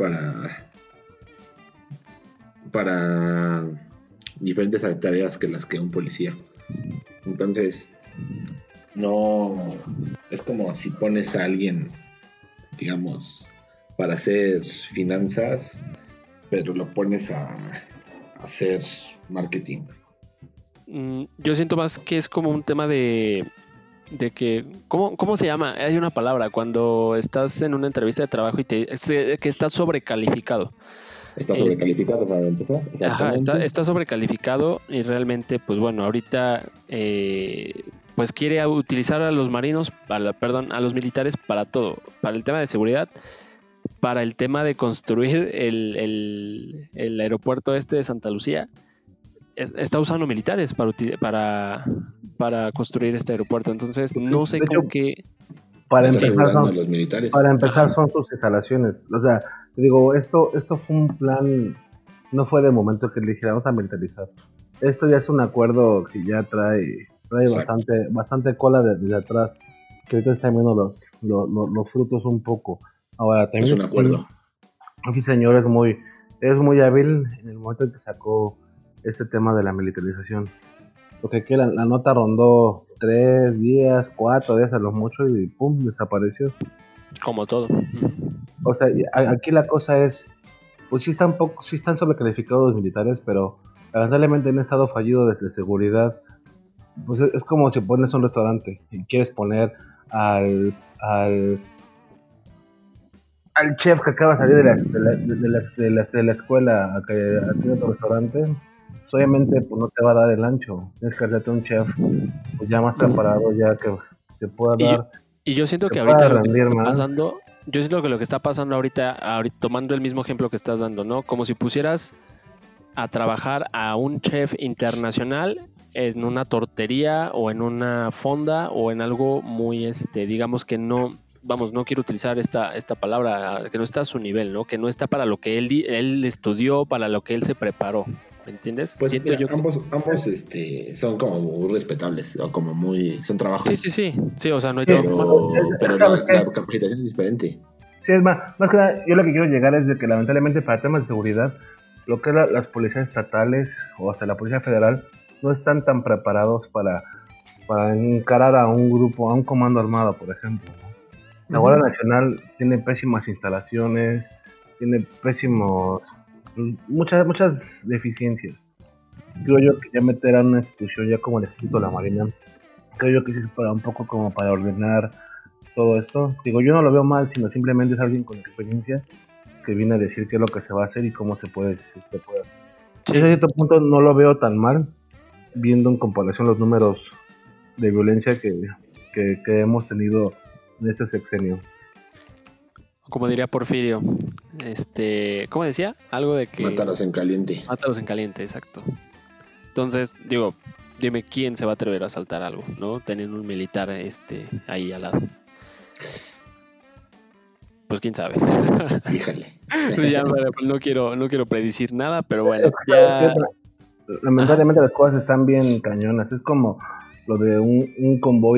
para diferentes tareas que las que un policía. Entonces, no es como si pones a alguien, digamos, para hacer finanzas, pero lo pones a hacer marketing. Yo siento más que es como un tema de que, ¿cómo se llama? Hay una palabra cuando estás en una entrevista de trabajo y que estás sobrecalificado. Está sobrecalificado para empezar. Ajá, está sobrecalificado y realmente, pues bueno, ahorita pues quiere utilizar a los marinos, a los militares para todo, para el tema de seguridad, para el tema de construir el aeropuerto de Santa Lucía. Está usando militares para construir este aeropuerto, entonces pues, no sé de con hecho, qué. para está empezar asegurando a son, los militares. para empezar Ajá. son sus instalaciones. O sea, te digo, esto fue un plan, no fue de momento que le dijera vamos a militarizar. Esto ya es un acuerdo que ya trae Exacto. bastante cola desde atrás, que ahorita están viendo los frutos un poco. Ahora, también Es un acuerdo. este señor es muy hábil en el momento en que sacó este tema de la militarización. Porque que la nota rondó 3 días, 4 días a lo mucho y pum, desapareció. Como todo. O sea, aquí la cosa es, pues sí están sobrecalificados los militares, pero lamentablemente han estado fallidos desde seguridad. Pues es como si pones un restaurante y quieres poner al chef que acaba de salir de la escuela a que atienda tu restaurante. Pues obviamente pues no te va a dar el ancho. Tienes que hacerte un chef pues ya más preparado, ya que pueda Y yo, dar, y yo siento que que pueda ahorita lo que rendir está más. pasando, yo siento que lo que está pasando ahorita, tomando el mismo ejemplo que estás dando, ¿no? Como si pusieras a trabajar a un chef internacional en una tortería o en una fonda o en algo muy, digamos que no, vamos, no quiero utilizar esta palabra, que no está a su nivel, ¿no? Que no está para lo que él estudió, para lo que él se preparó, ¿me entiendes? Pues Siento mira, yo que... ambos son como muy respetables, o como son trabajos. Sí, o sea, no hay Sí, trabajo malo. Pero ¿sabes qué? la capacitación es diferente. Sí, es más que nada, yo lo que quiero llegar es de que lamentablemente para temas de seguridad, lo que es las policías estatales o hasta la policía federal no están tan preparados para encarar a un grupo, a un comando armado, por ejemplo, ¿no? La Guardia Nacional tiene pésimas instalaciones, tiene muchas deficiencias. Creo yo que ya meter a una institución ya como el Ejército o la Marina, creo yo que sí es para un poco como para ordenar todo esto. Digo, yo no lo veo mal, sino simplemente es alguien con experiencia que viene a decir qué es lo que se va a hacer y cómo se puede hacer. Sí. Desde cierto punto no lo veo tan mal, viendo en comparación los números de violencia que hemos tenido en este sexenio. Como diría Porfirio, ¿cómo decía? Algo de que... Mátalos en caliente. Mátalos en caliente, exacto. Entonces, digo, dime quién se va a atrever a asaltar algo, ¿no? Teniendo un militar ahí al lado. Pues quién sabe. Fíjale. Ya, bueno, no quiero predecir nada, pero bueno, ya... Lamentablemente las cosas están bien cañonas. Es como lo de un convoy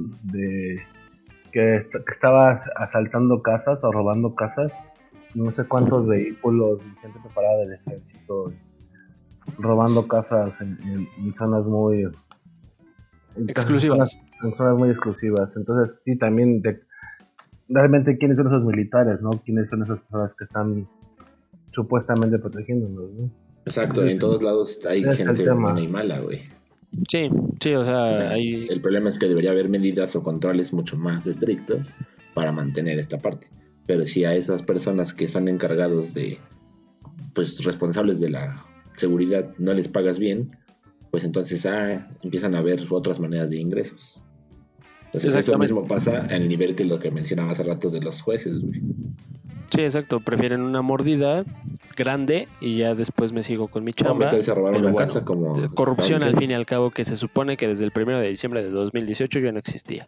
que estaba asaltando casas o robando casas. No sé cuántos vehículos, gente preparada del ejército, robando casas en zonas muy exclusivas. En zonas muy exclusivas. Entonces, sí, también realmente quiénes son esos militares, ¿no? Quiénes son esas personas que están supuestamente protegiéndonos, ¿no? Exacto, en todos lados hay gente buena y mala, güey. Sí, o sea, El problema es que debería haber medidas o controles mucho más estrictos para mantener esta parte. Pero si a esas personas que son encargados pues responsables de la seguridad no les pagas bien, pues entonces empiezan a haber otras maneras de ingresos. Entonces eso mismo pasa al nivel que lo que mencionaba hace rato de los jueces, güey. Sí, exacto. Prefieren una mordida grande y ya después me sigo con mi chamba. O meterse a robar Pero una bueno, casa como... corrupción al fin y al cabo, que se supone que desde el 1 de diciembre de 2018 ya no existía.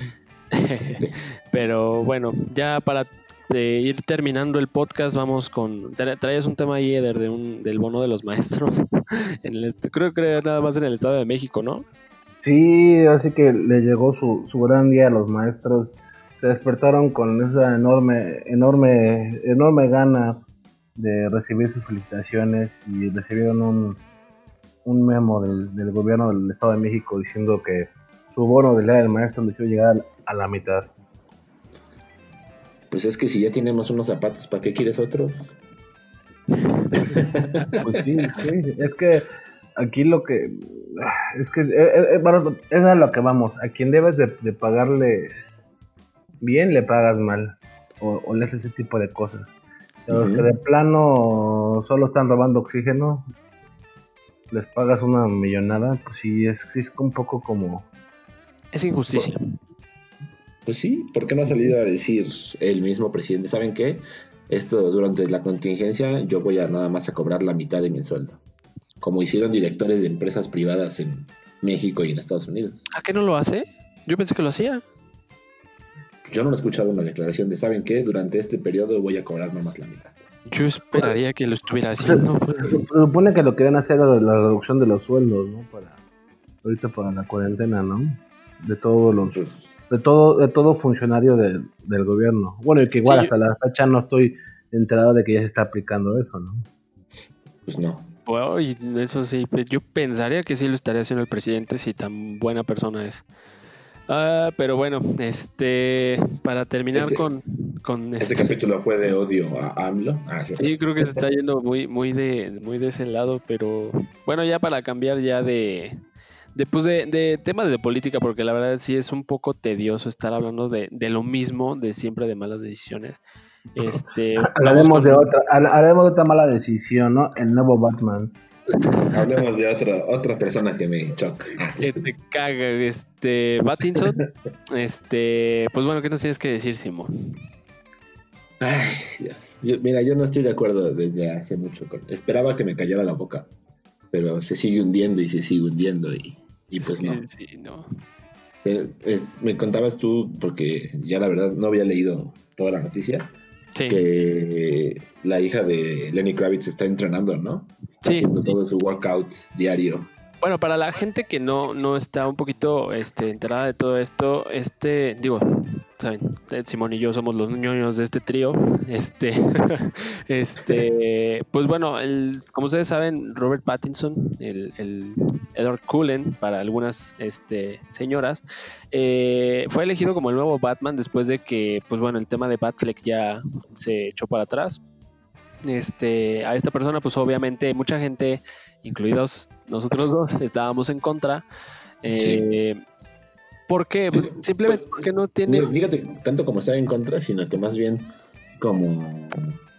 Pero bueno, ya para ir terminando el podcast, vamos con... Traías un tema ahí, Eder, del bono de los maestros. Creo que nada más en el Estado de México, ¿no? Sí, así que le llegó su gran día a los maestros. Se despertaron con esa enorme gana de recibir sus felicitaciones y recibieron un memo del gobierno del Estado de México diciendo que su bono del día del maestro les iba a llegar a la mitad. Pues es que si ya tenemos unos zapatos, ¿para qué quieres otros? Pues sí, es que aquí lo que... Es que bueno, es a lo que vamos. A quien debes de pagarle bien, le pagas mal. O le haces ese tipo de cosas. Los que de plano solo están robando oxígeno, les pagas una millonada, pues sí es un poco como... Es injusticia. Pues sí, ¿por qué no ha salido a decir el mismo presidente? ¿Saben qué? Esto durante la contingencia yo voy a nada más a cobrar la mitad de mi sueldo. Como hicieron directores de empresas privadas en México y en Estados Unidos. ¿A qué no lo hace? Yo pensé que lo hacía. Yo no he escuchado una declaración de ¿saben qué? Durante este periodo voy a cobrar nomás la mitad. Yo esperaría que lo estuviera haciendo. Se supone que lo querían hacer la reducción de los sueldos, ¿no? Ahorita para la cuarentena, ¿no? De todos los... Pues, de todo funcionario del gobierno. Bueno, y que igual Sí, hasta la fecha no estoy enterado de que ya se está aplicando eso, ¿no? pues no. Bueno, y eso sí, yo pensaría que sí lo estaría haciendo el presidente si tan buena persona es. Pero bueno, para terminar con Este capítulo fue de odio a AMLO. sí, creo que se está yendo muy de ese lado, pero bueno, ya para cambiar ya de temas de política, porque la verdad sí es un poco tedioso estar hablando de lo mismo, de siempre de malas decisiones. Hablaremos de otra mala decisión, ¿no? El nuevo Batman. Hablemos de otra persona que me choca. Que te caga, Pattinson. Pues bueno, ¿qué nos tienes que decir, Simón? Ay, Dios. Mira, yo no estoy de acuerdo desde hace mucho. Esperaba que me callara la boca, pero se sigue hundiendo y se sigue hundiendo y pues no. Sí, no. Me contabas tú, porque ya la verdad no había leído toda la noticia, Sí. que la hija de Lenny Kravitz está entrenando, ¿no? Está haciendo todo su workout diario. Bueno, para la gente que no está un poquito enterada de todo esto, saben, Simón y yo somos los ñoños de este trío. Pues bueno, como ustedes saben, Robert Pattinson, el Edward Cullen para algunas señoras, fue elegido como el nuevo Batman después de que, pues bueno, el tema de Batfleck ya se echó para atrás. A esta persona, pues obviamente mucha gente, incluidos nosotros dos, estábamos en contra. Sí. ¿Por qué? Pues, simplemente porque no tiene... No, fíjate, tanto como estar en contra, sino que más bien como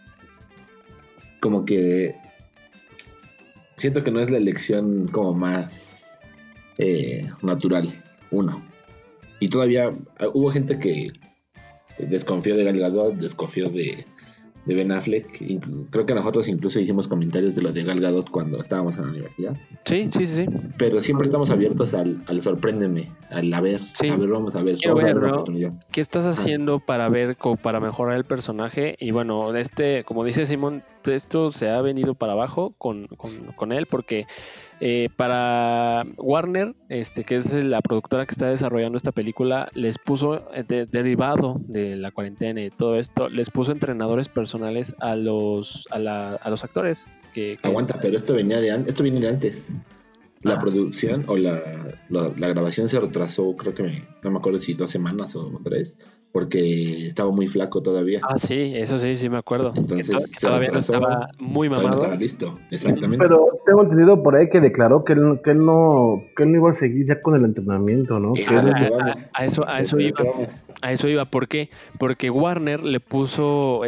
que siento que no es la elección como más natural, uno. Y todavía hubo gente que desconfió de Gal Gadot, desconfió de Ben Affleck. Creo que nosotros incluso hicimos comentarios de lo de Gal Gadot cuando estábamos en la universidad. Sí. Pero siempre estamos abiertos al sorpréndeme, al a ver, vamos a ver, vamos a ver una oportunidad. ¿Qué estás haciendo para mejorar el personaje? Y bueno, como dice Simón, esto se ha venido para abajo con él, porque para Warner, que es la productora que está desarrollando esta película, les puso, derivado de la cuarentena y todo esto, les puso entrenadores personales a los actores. Aguanta, pero esto viene de antes. La producción o la grabación se retrasó, creo que no me acuerdo si 2 semanas o 3, porque estaba muy flaco todavía. Sí, eso sí me acuerdo. Entonces que todavía no estaba muy mamado. No estaba listo, exactamente. Pero tengo entendido por ahí que declaró que él no iba a seguir ya con el entrenamiento, ¿no? A eso iba. ¿Por qué? Porque Warner le puso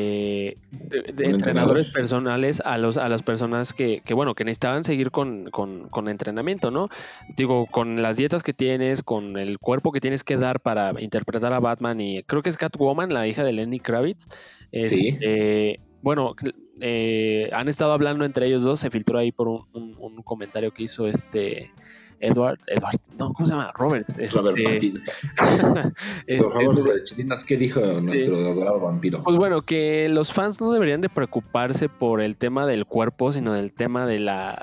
entrenadores personales a las personas que necesitaban seguir con con entrenamiento, ¿no? Digo, con las dietas que tienes, con el cuerpo que tienes que dar para interpretar a Batman, y creo que es Catwoman, la hija de Lenny Kravitz. Sí. Bueno, han estado hablando entre ellos dos, se filtró ahí por un comentario que hizo Edward, no, ¿cómo se llama? Robert. Robert Pattinson. Por favor, chilinas, ¿qué dijo nuestro adorado vampiro? Pues bueno, que los fans no deberían de preocuparse por el tema del cuerpo, sino del tema de la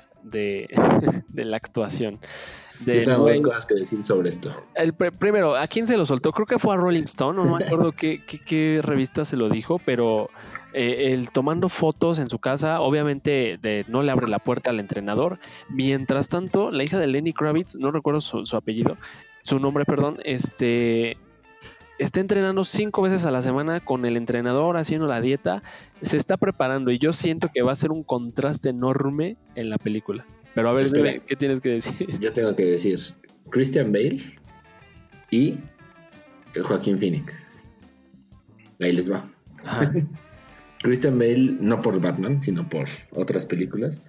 actuación. Yo tengo dos cosas que decir sobre esto. Primero, ¿a quién se lo soltó? Creo que fue a Rolling Stone, no me acuerdo qué revista se lo dijo, pero el tomando fotos en su casa, obviamente no le abre la puerta al entrenador. Mientras tanto, la hija de Lenny Kravitz, no recuerdo su nombre, perdón, está entrenando 5 veces a la semana con el entrenador, haciendo la dieta, se está preparando, y yo siento que va a ser un contraste enorme en la película. Pero a ver, dime, ¿qué tienes que decir? Yo tengo que decir Christian Bale y Joaquín Phoenix. Ahí les va. Christian Bale, no por Batman, sino por otras películas.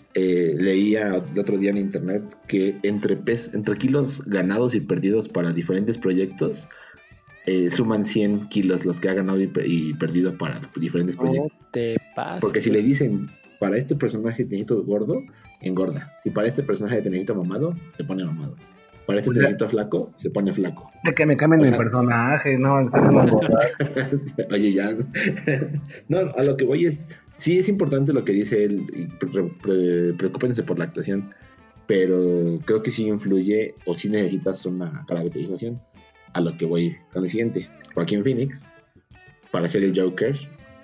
Leía el otro día en internet que entre kilos ganados y perdidos para diferentes proyectos, suman 100 kilos los que ha ganado y perdido para diferentes proyectos. No te pases. Porque si le dicen, para este personaje te necesito gordo, engorda. Si para este personaje te necesito mamado, se pone mamado. Para este te necesito flaco, se pone flaco. De que me cambien el personaje, no, están en engordar. Oye, ya. No, a lo que voy es, sí es importante lo que dice él, y preocúpense por la actuación, pero creo que sí influye o sí necesitas una caracterización. A lo que voy con el siguiente. Joaquín Phoenix, para ser el Joker,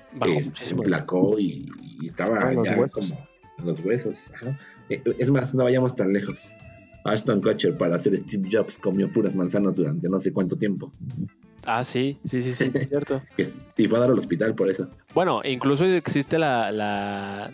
flacó y estaba ya como en los huesos. Ajá. Es más, no vayamos tan lejos. Ashton Kutcher para ser Steve Jobs comió puras manzanas durante no sé cuánto tiempo. Ah, sí, es cierto. Y fue a dar al hospital por eso. Bueno, incluso existe la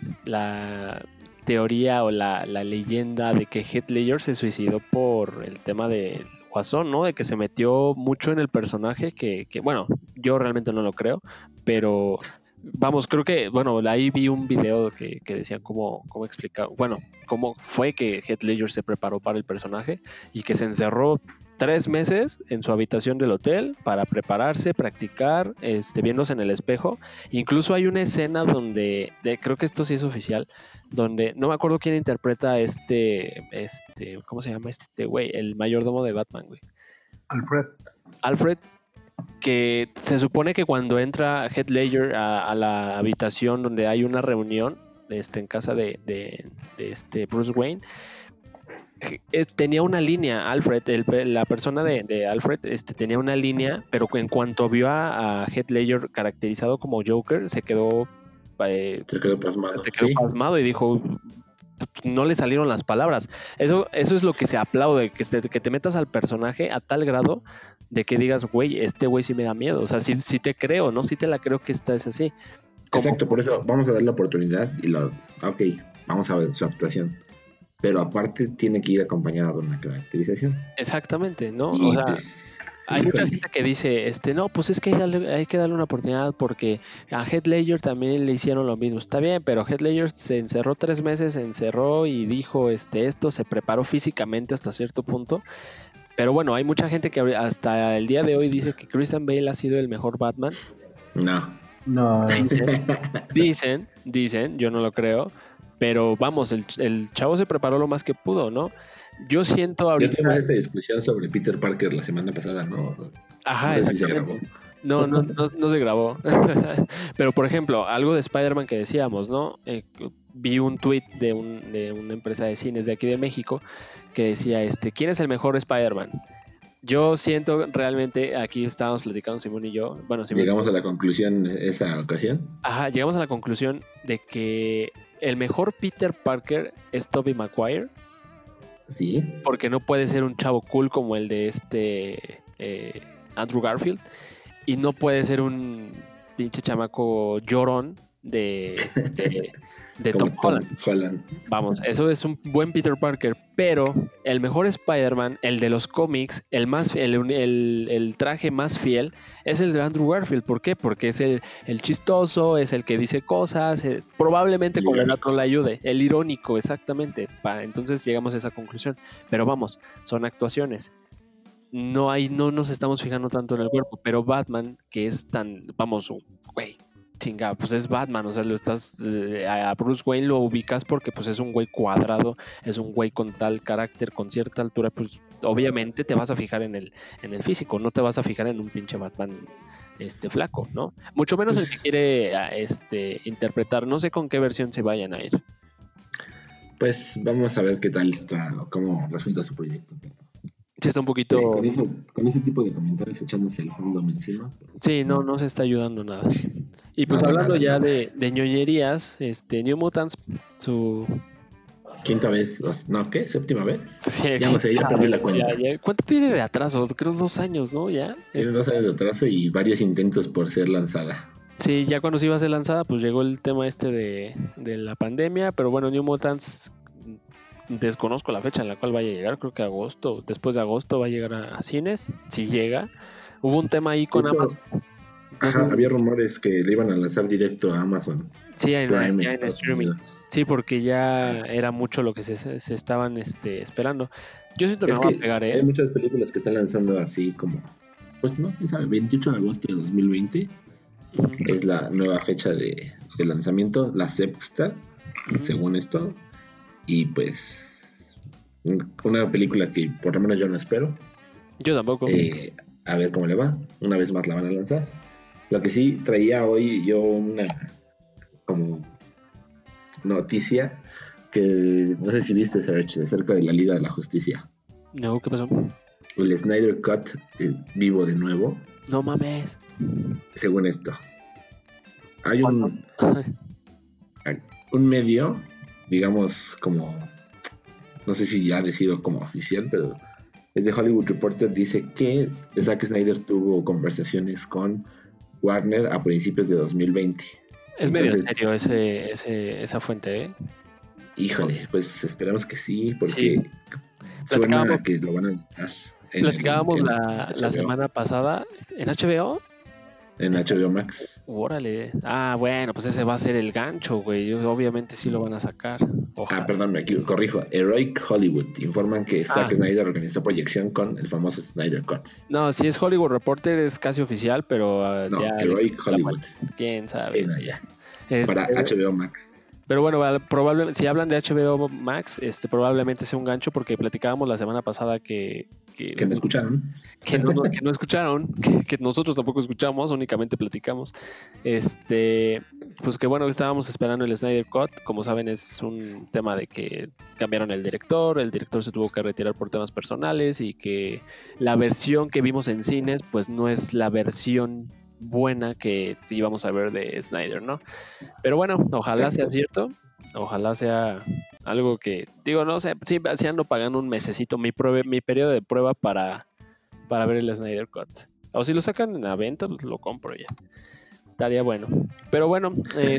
teoría o la leyenda de que Heath Ledger se suicidó por el tema del Guasón, ¿no? De que se metió mucho en el personaje que bueno, yo realmente no lo creo, pero vamos, creo que, bueno, ahí vi un video que decía cómo explicar, bueno, cómo fue que Heath Ledger se preparó para el personaje y que se encerró 3 meses en su habitación del hotel para prepararse, practicar, viéndose en el espejo. Incluso hay una escena donde, creo que esto sí es oficial, donde no me acuerdo quién interpreta a ¿cómo se llama este güey? El mayordomo de Batman, güey. Alfred, que se supone que cuando entra Heath Ledger a la habitación donde hay una reunión en casa de Bruce Wayne, tenía una línea, Alfred, la persona de Alfred tenía una línea, pero en cuanto vio a Heath Ledger caracterizado como Joker, se quedó pasmado. Se quedó pasmado y dijo, no le salieron las palabras. Eso es lo que se aplaude, que te metas al personaje a tal grado de que digas, güey, este güey sí me da miedo. O sea, sí te creo, ¿no? Sí te la creo que esta es así. Exacto, por eso vamos a darle la oportunidad ok, vamos a ver su actuación. Pero aparte tiene que ir acompañada de una caracterización. Exactamente, ¿no? Y o sea, hay mucha gente que dice, no, pues es que hay que darle una oportunidad porque a Heath Ledger también le hicieron lo mismo. Está bien, pero Heath Ledger se encerró 3 meses, y dijo esto, se preparó físicamente hasta cierto punto. Pero bueno, hay mucha gente que hasta el día de hoy dice que Christian Bale ha sido el mejor Batman. No. Dicen, yo no lo creo. Pero vamos, el chavo se preparó lo más que pudo, ¿no? Yo siento ahorita... Yo tuve esta discusión sobre Peter Parker la semana pasada, ¿no? Ajá, no sé si se grabó. No se grabó. Pero, por ejemplo, algo de Spider-Man que decíamos, ¿no? Vi un tweet de una empresa de cines de aquí de México que decía, ¿quién es el mejor Spider-Man? Yo siento realmente, aquí estábamos platicando Simón y yo. Bueno, ¿Llegamos a la conclusión esa ocasión? Ajá, llegamos a la conclusión de que el mejor Peter Parker es Tobey Maguire. Sí. Porque no puede ser un chavo cool como el de Andrew Garfield. Y no puede ser un pinche chamaco llorón de Como Tom Holland. Holland. Vamos, eso es un buen Peter Parker, pero el mejor Spider-Man, el de los cómics, el traje más fiel, es el de Andrew Garfield. ¿Por qué? Porque es el chistoso, es el que dice cosas, probablemente con el otro le ayude, el irónico, exactamente. Entonces llegamos a esa conclusión. Pero vamos, son actuaciones. No nos estamos fijando tanto en el cuerpo, pero Batman, que es tan, vamos, güey, chinga, pues es Batman, o sea, a Bruce Wayne lo ubicas porque pues es un güey cuadrado, es un güey con tal carácter, con cierta altura, pues obviamente te vas a fijar en el físico, no te vas a fijar en un pinche Batman flaco, ¿no? Mucho menos el que quiere interpretar, no sé con qué versión se vayan a ir. Pues vamos a ver qué tal está, cómo resulta su proyecto. Sí, está un poquito... Pues con ese tipo de comentarios echándose el fondo encima. Sí, no se está ayudando nada. Y pues hablando ya de ñoñerías, New Mutants, su... Quinta vez, no, ¿qué? ¿Séptima vez? Sí, ya no sé, ya perdí la cuenta. Ya. ¿Cuánto tiene de atraso? Creo 2 años, ¿no? Ya. Tiene 2 años de atraso y varios intentos por ser lanzada. Sí, ya cuando se iba a ser lanzada, pues llegó el tema de la pandemia, pero bueno, New Mutants... Desconozco la fecha en la cual vaya a llegar, creo que agosto, después de agosto va a llegar a cines, si llega. Hubo un tema ahí con Amazon. Ajá, había rumores que le iban a lanzar directo a Amazon. Sí, ya en streaming. Sí, porque ya era mucho lo que se estaban esperando. Yo siento que no va a pegar, Hay muchas películas que están lanzando así como, pues no, quién sabe, 28 de agosto de 2020 es la nueva fecha de lanzamiento, la sexta, según esto. Y pues una película que por lo menos yo no espero. Yo tampoco. A ver cómo le va. Una vez más la van a lanzar. Lo que sí traía hoy yo una como noticia que no sé si viste, Serge, acerca de la Liga de la Justicia. No, ¿qué pasó? El Snyder Cut vivo de nuevo. No mames. Según esto. Hay un medio, digamos, como, no sé si ya decido como oficial, pero es de Hollywood Reporter, dice que Zack Snyder tuvo conversaciones con Warner a principios de 2020. Es medio serio esa fuente, ¿eh? Híjole, pues esperamos que sí, porque suena que lo van a lanzar. Platicábamos la semana pasada en HBO. En HBO Max. Órale. Ah, bueno, pues ese va a ser el gancho, güey. Obviamente sí lo van a sacar. Ojalá. Perdón, me corrijo. Heroic Hollywood informan que Zack Snyder organizó proyección con el famoso Snyder Cut. No, si es Hollywood Reporter es casi oficial, pero no, ya Heroic Hollywood. ¿Quién sabe? Ya. Para HBO Max. Pero bueno, probablemente si hablan de HBO Max, probablemente sea un gancho porque platicábamos la semana pasada que no escucharon. Que no escucharon, que nosotros tampoco escuchamos, únicamente platicamos. Pues que bueno, estábamos esperando el Snyder Cut. Como saben, es un tema de que cambiaron el director se tuvo que retirar por temas personales y que la versión que vimos en cines, pues no es la versión buena que íbamos a ver de Snyder, ¿no? Pero bueno, ojalá sea cierto, ojalá sea algo que, digo, no sé, sí ando pagando un mesecito mi periodo de prueba para ver el Snyder Cut. O si lo sacan en la venta, pues lo compro ya. Estaría bueno. Pero bueno,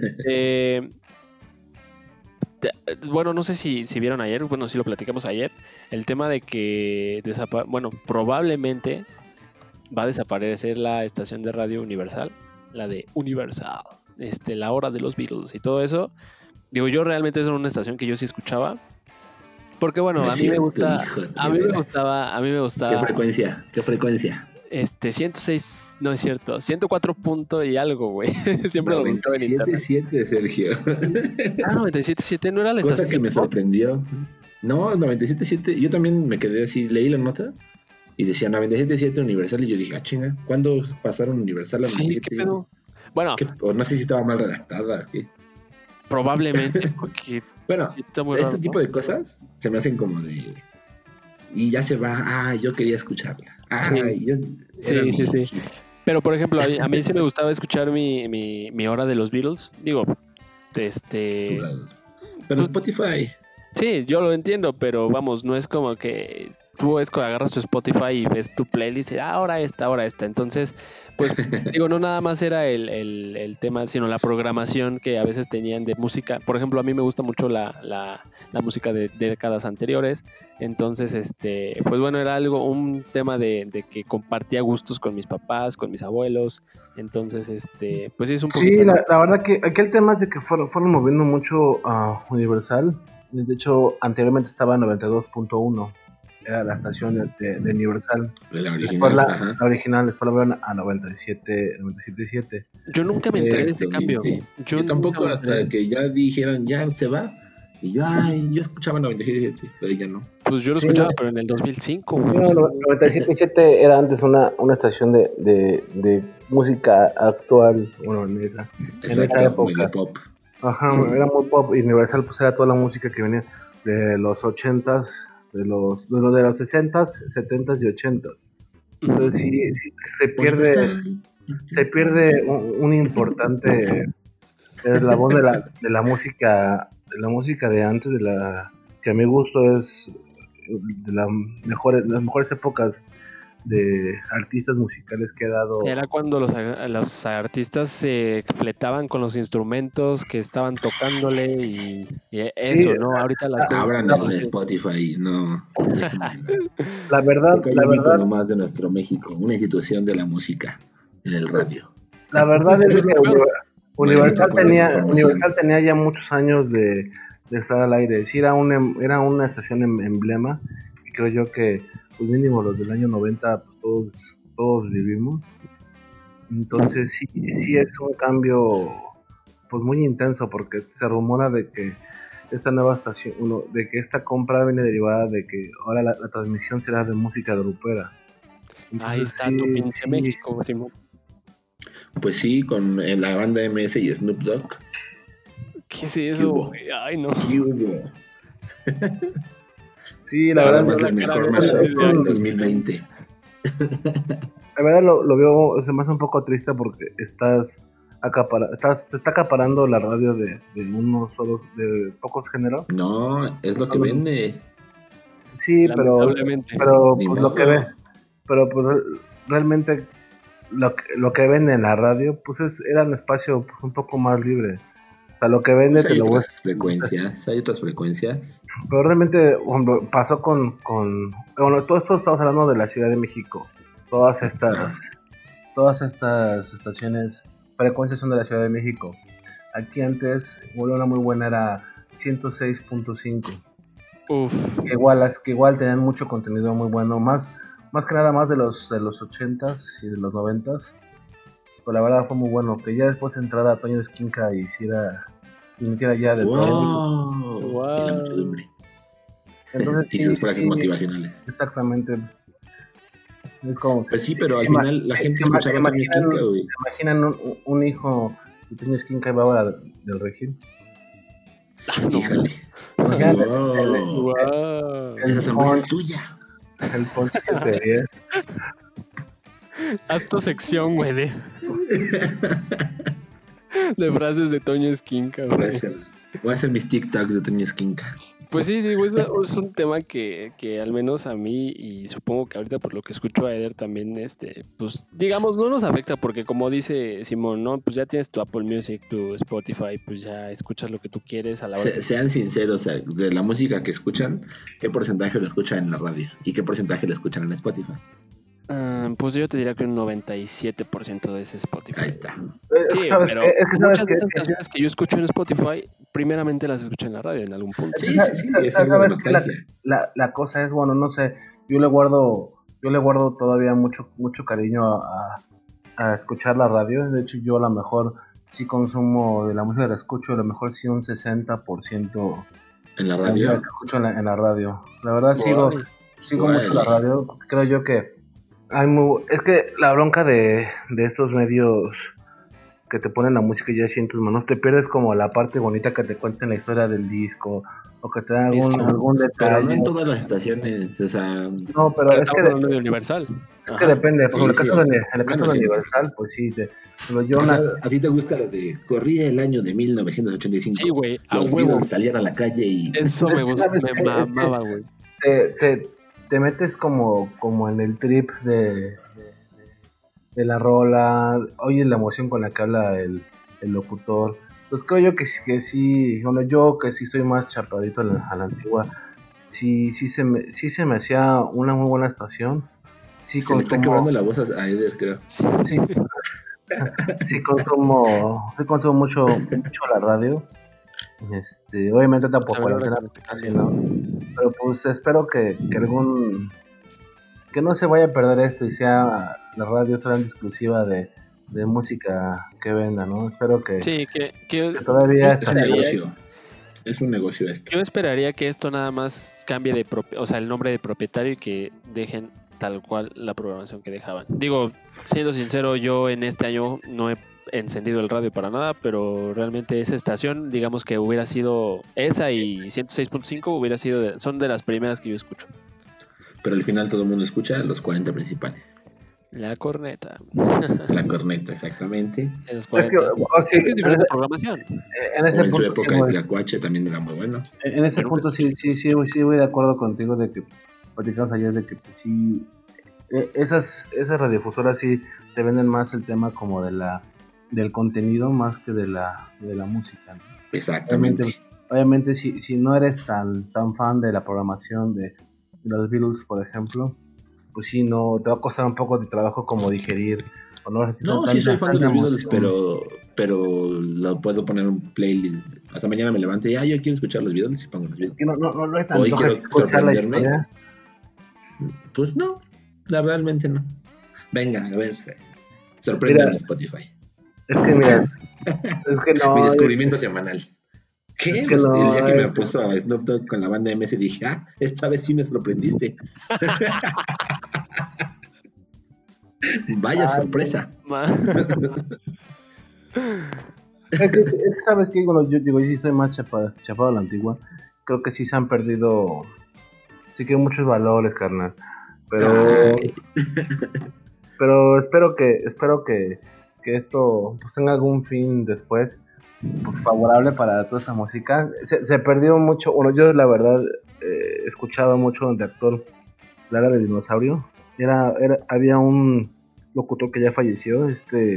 bueno, no sé si vieron ayer, bueno, sí lo platicamos ayer, el tema de que probablemente va a desaparecer la estación de radio Universal, la de Universal, la hora de los Beatles y todo eso. Digo, yo realmente es una estación que yo sí escuchaba, porque bueno, a mí me gustaba. ¿Qué frecuencia? 106, no es cierto, 104 punto y algo, güey. Siempre lo buscaba en internet. 97.7, Sergio. 97.7 no era la estación. Cosa que me sorprendió. No, 97.7, yo también me quedé así, leí la nota y decía 97.7 Universal y yo dije, ¿cuándo pasaron Universal a 97? Sí, ¿qué pedo? Bueno, o no sé si estaba mal redactada. ¿Qué? Probablemente, porque bueno, sí está muy raro, tipo de cosas se me hacen como de y ya se va, yo quería escucharla. Sí. Pero por ejemplo, a mí sí me gustaba escuchar mi hora de los Beatles. Digo, pero Spotify. Sí, yo lo entiendo, pero vamos, no es como que tú agarras tu Spotify y ves tu playlist y ahora esta. Entonces, pues digo, no nada más era el tema, sino la programación que a veces tenían de música. Por ejemplo, a mí me gusta mucho la música de décadas anteriores. Entonces, pues bueno, era un tema de que compartía gustos con mis papás, con mis abuelos. Entonces, pues sí, es un poquito... Sí, la verdad que aquí el tema es de que fueron moviendo mucho a Universal. De hecho, anteriormente estaba en 92.1. Era la estación de Universal. La original, después la original, después la vieron a 97.7. Yo nunca me enteré de este cambio. Yo tampoco, hasta que ya dijeron, ya se va. Y yo escuchaba 97.7, pero ya no. Pues yo lo escuchaba, pero en el 2005. Sí, 97.7 era antes una estación de música actual, bueno, en esa época. Muy de pop. Ajá, era muy pop. Y Universal pues era toda la música que venía de los 80s, de los 60s, 70s y 80s. Entonces sí se pierde un importante eslabón de la música de antes, que a mi gusto es de las mejores épocas de artistas musicales que ha dado. Era cuando los artistas se fletaban con los instrumentos que estaban tocándole y eso, sí, ¿no? Ahorita las cosas... Abran en Spotify, no. La verdad... más de nuestro México, una institución de la música en el radio. La verdad es que Universal tenía ya muchos años de estar al aire. Sí, era una estación emblema, y creo yo que pues mínimo los del año 90 pues, todos vivimos. Entonces sí es un cambio pues muy intenso, porque se rumora de que esta nueva estación, de que esta compra viene derivada de que ahora la transmisión será de música grupera. Entonces, ahí está tu pinche México, Simón. Pues sí, con la banda MS y Snoop Dogg. ¿Qué es eso? Ay, no. ¿Qué hubo? Sí, la verdad es el mejor mashup del 2020. La verdad lo veo, se me hace un poco triste porque se está acaparando la radio de pocos géneros. No, es lo que vende. Sí, pero pues lo que ve, pero pues realmente lo que vende en la radio pues era un espacio pues, un poco más libre. O sea, lo que vende pues hay otras frecuencias. Pero realmente pasó con todo esto estamos hablando de la Ciudad de México. Todas estas estaciones, frecuencias son de la Ciudad de México. Aquí antes, una muy buena era 106.5. Que igual tenían mucho contenido muy bueno, más que nada más de los 80s y de los 90s. Pero la verdad fue muy bueno, que ya después entrara Toño Esquinca y metiera ya del wow. Entonces, y sus frases motivacionales. Exactamente. Es como, pues sí, pero al final la gente escuchaba a Toño Esquinca, güey. ¿Se imaginan un hijo de Toño Esquinca y Bárbara del Regil? Híjole. Wow. Esa sonrisa es tuya. El punch que sería. Haz tu sección, güey, de frases de Toño Esquinca, güey. Voy a hacer mis TikToks de Toño Esquinca. Pues sí, digo, es un tema que al menos a mí, y supongo que ahorita por lo que escucho a Eder también, pues digamos, no nos afecta, porque como dice Simón, ¿no? Pues ya tienes tu Apple Music, tu Spotify, pues ya escuchas lo que tú quieres a la hora. Sean sinceros, o sea, de la música que escuchan, ¿qué porcentaje lo escuchan en la radio? ¿Y qué porcentaje lo escuchan en Spotify? Pues yo te diría que un 97% de ese Spotify. Ahí está. Sí, pero muchas de esas canciones que yo escucho en Spotify, primeramente las escucho en la radio en algún punto. Sí, es algo de nostalgia. La cosa es, bueno, no sé, yo le guardo todavía mucho cariño a escuchar la radio. De hecho, yo a lo mejor sí consumo de la música que escucho, a lo mejor sí un 60% en la radio. Que escucho en la radio. La verdad sigo mucho la radio. Creo yo que es que la bronca de estos medios que te ponen la música y ya así en tus manos, te pierdes como la parte bonita que te cuenten la historia del disco o que te dan algún detalle. Pero no en todas las estaciones, o sea... No, pero es que hablando de Universal. Es que depende, por ejemplo, en el caso de Universal, pues sí. ¿A ti te gusta lo de corría el año de 1985? Sí, güey, los Beatles salían a la calle y... Eso me gusta, me mamaba, güey. te metes como en el trip de la rola, oyes la emoción con la que habla el locutor. Pues creo yo que sí, bueno, yo que sí soy más chapadito a la antigua, sí se me hacía una muy buena estación. Sí Se le está quebrando la voz a Eder, creo. Sí consumo mucho la radio. Obviamente tampoco la casi, ¿no? Pero pues espero que no se vaya a perder esto y sea la radio solamente exclusiva de música que venda, ¿no? Espero que, que todavía es un negocio. Es un negocio esto. Yo esperaría que esto nada más cambie el nombre de propietario y que dejen tal cual la programación que dejaban. Digo, siendo sincero, yo en este año no he encendido el radio para nada, pero realmente esa estación, digamos que hubiera sido esa y 106.5 son de las primeras que yo escucho. Pero al final todo el mundo escucha los 40 principales. La corneta. La corneta, exactamente. Sí, los 40. Es que es diferente programación. En ese punto, en su época el Tlacuache también era muy bueno. En ese punto sí voy de acuerdo contigo de que platicamos ayer de que pues, sí, esas radiofusoras sí te venden más el tema como del contenido más que de la música, ¿no? Exactamente. Obviamente si no eres tan fan de la programación de los Beatles, por ejemplo, pues sí, no, te va a costar un poco de trabajo como digerir. No, sí soy fan de los Beatles, pero lo puedo poner en un playlist. Hasta mañana me levanto y yo quiero escuchar los Beatles y pongo los Beatles. Es que no hay tanto. Hoy quiero sorprenderme. Pues no, realmente no. Venga, a ver, sorpréndeme en Spotify. Es que mira, no. Mi descubrimiento semanal. ¿Qué? Es que el día que me puso a Snoop Dogg con la banda MS dije, esta vez sí me sorprendiste. Vaya sorpresa. Sabes que bueno, yo sí soy más chapado a la antigua. Creo que sí se han perdido, sí que hay muchos valores, carnal. Pero espero que esto pues tenga algún fin después pues, favorable para toda esa música. Se perdió mucho. Bueno, yo la verdad escuchaba mucho de actor La Era del Dinosaurio. Había un locutor que ya falleció,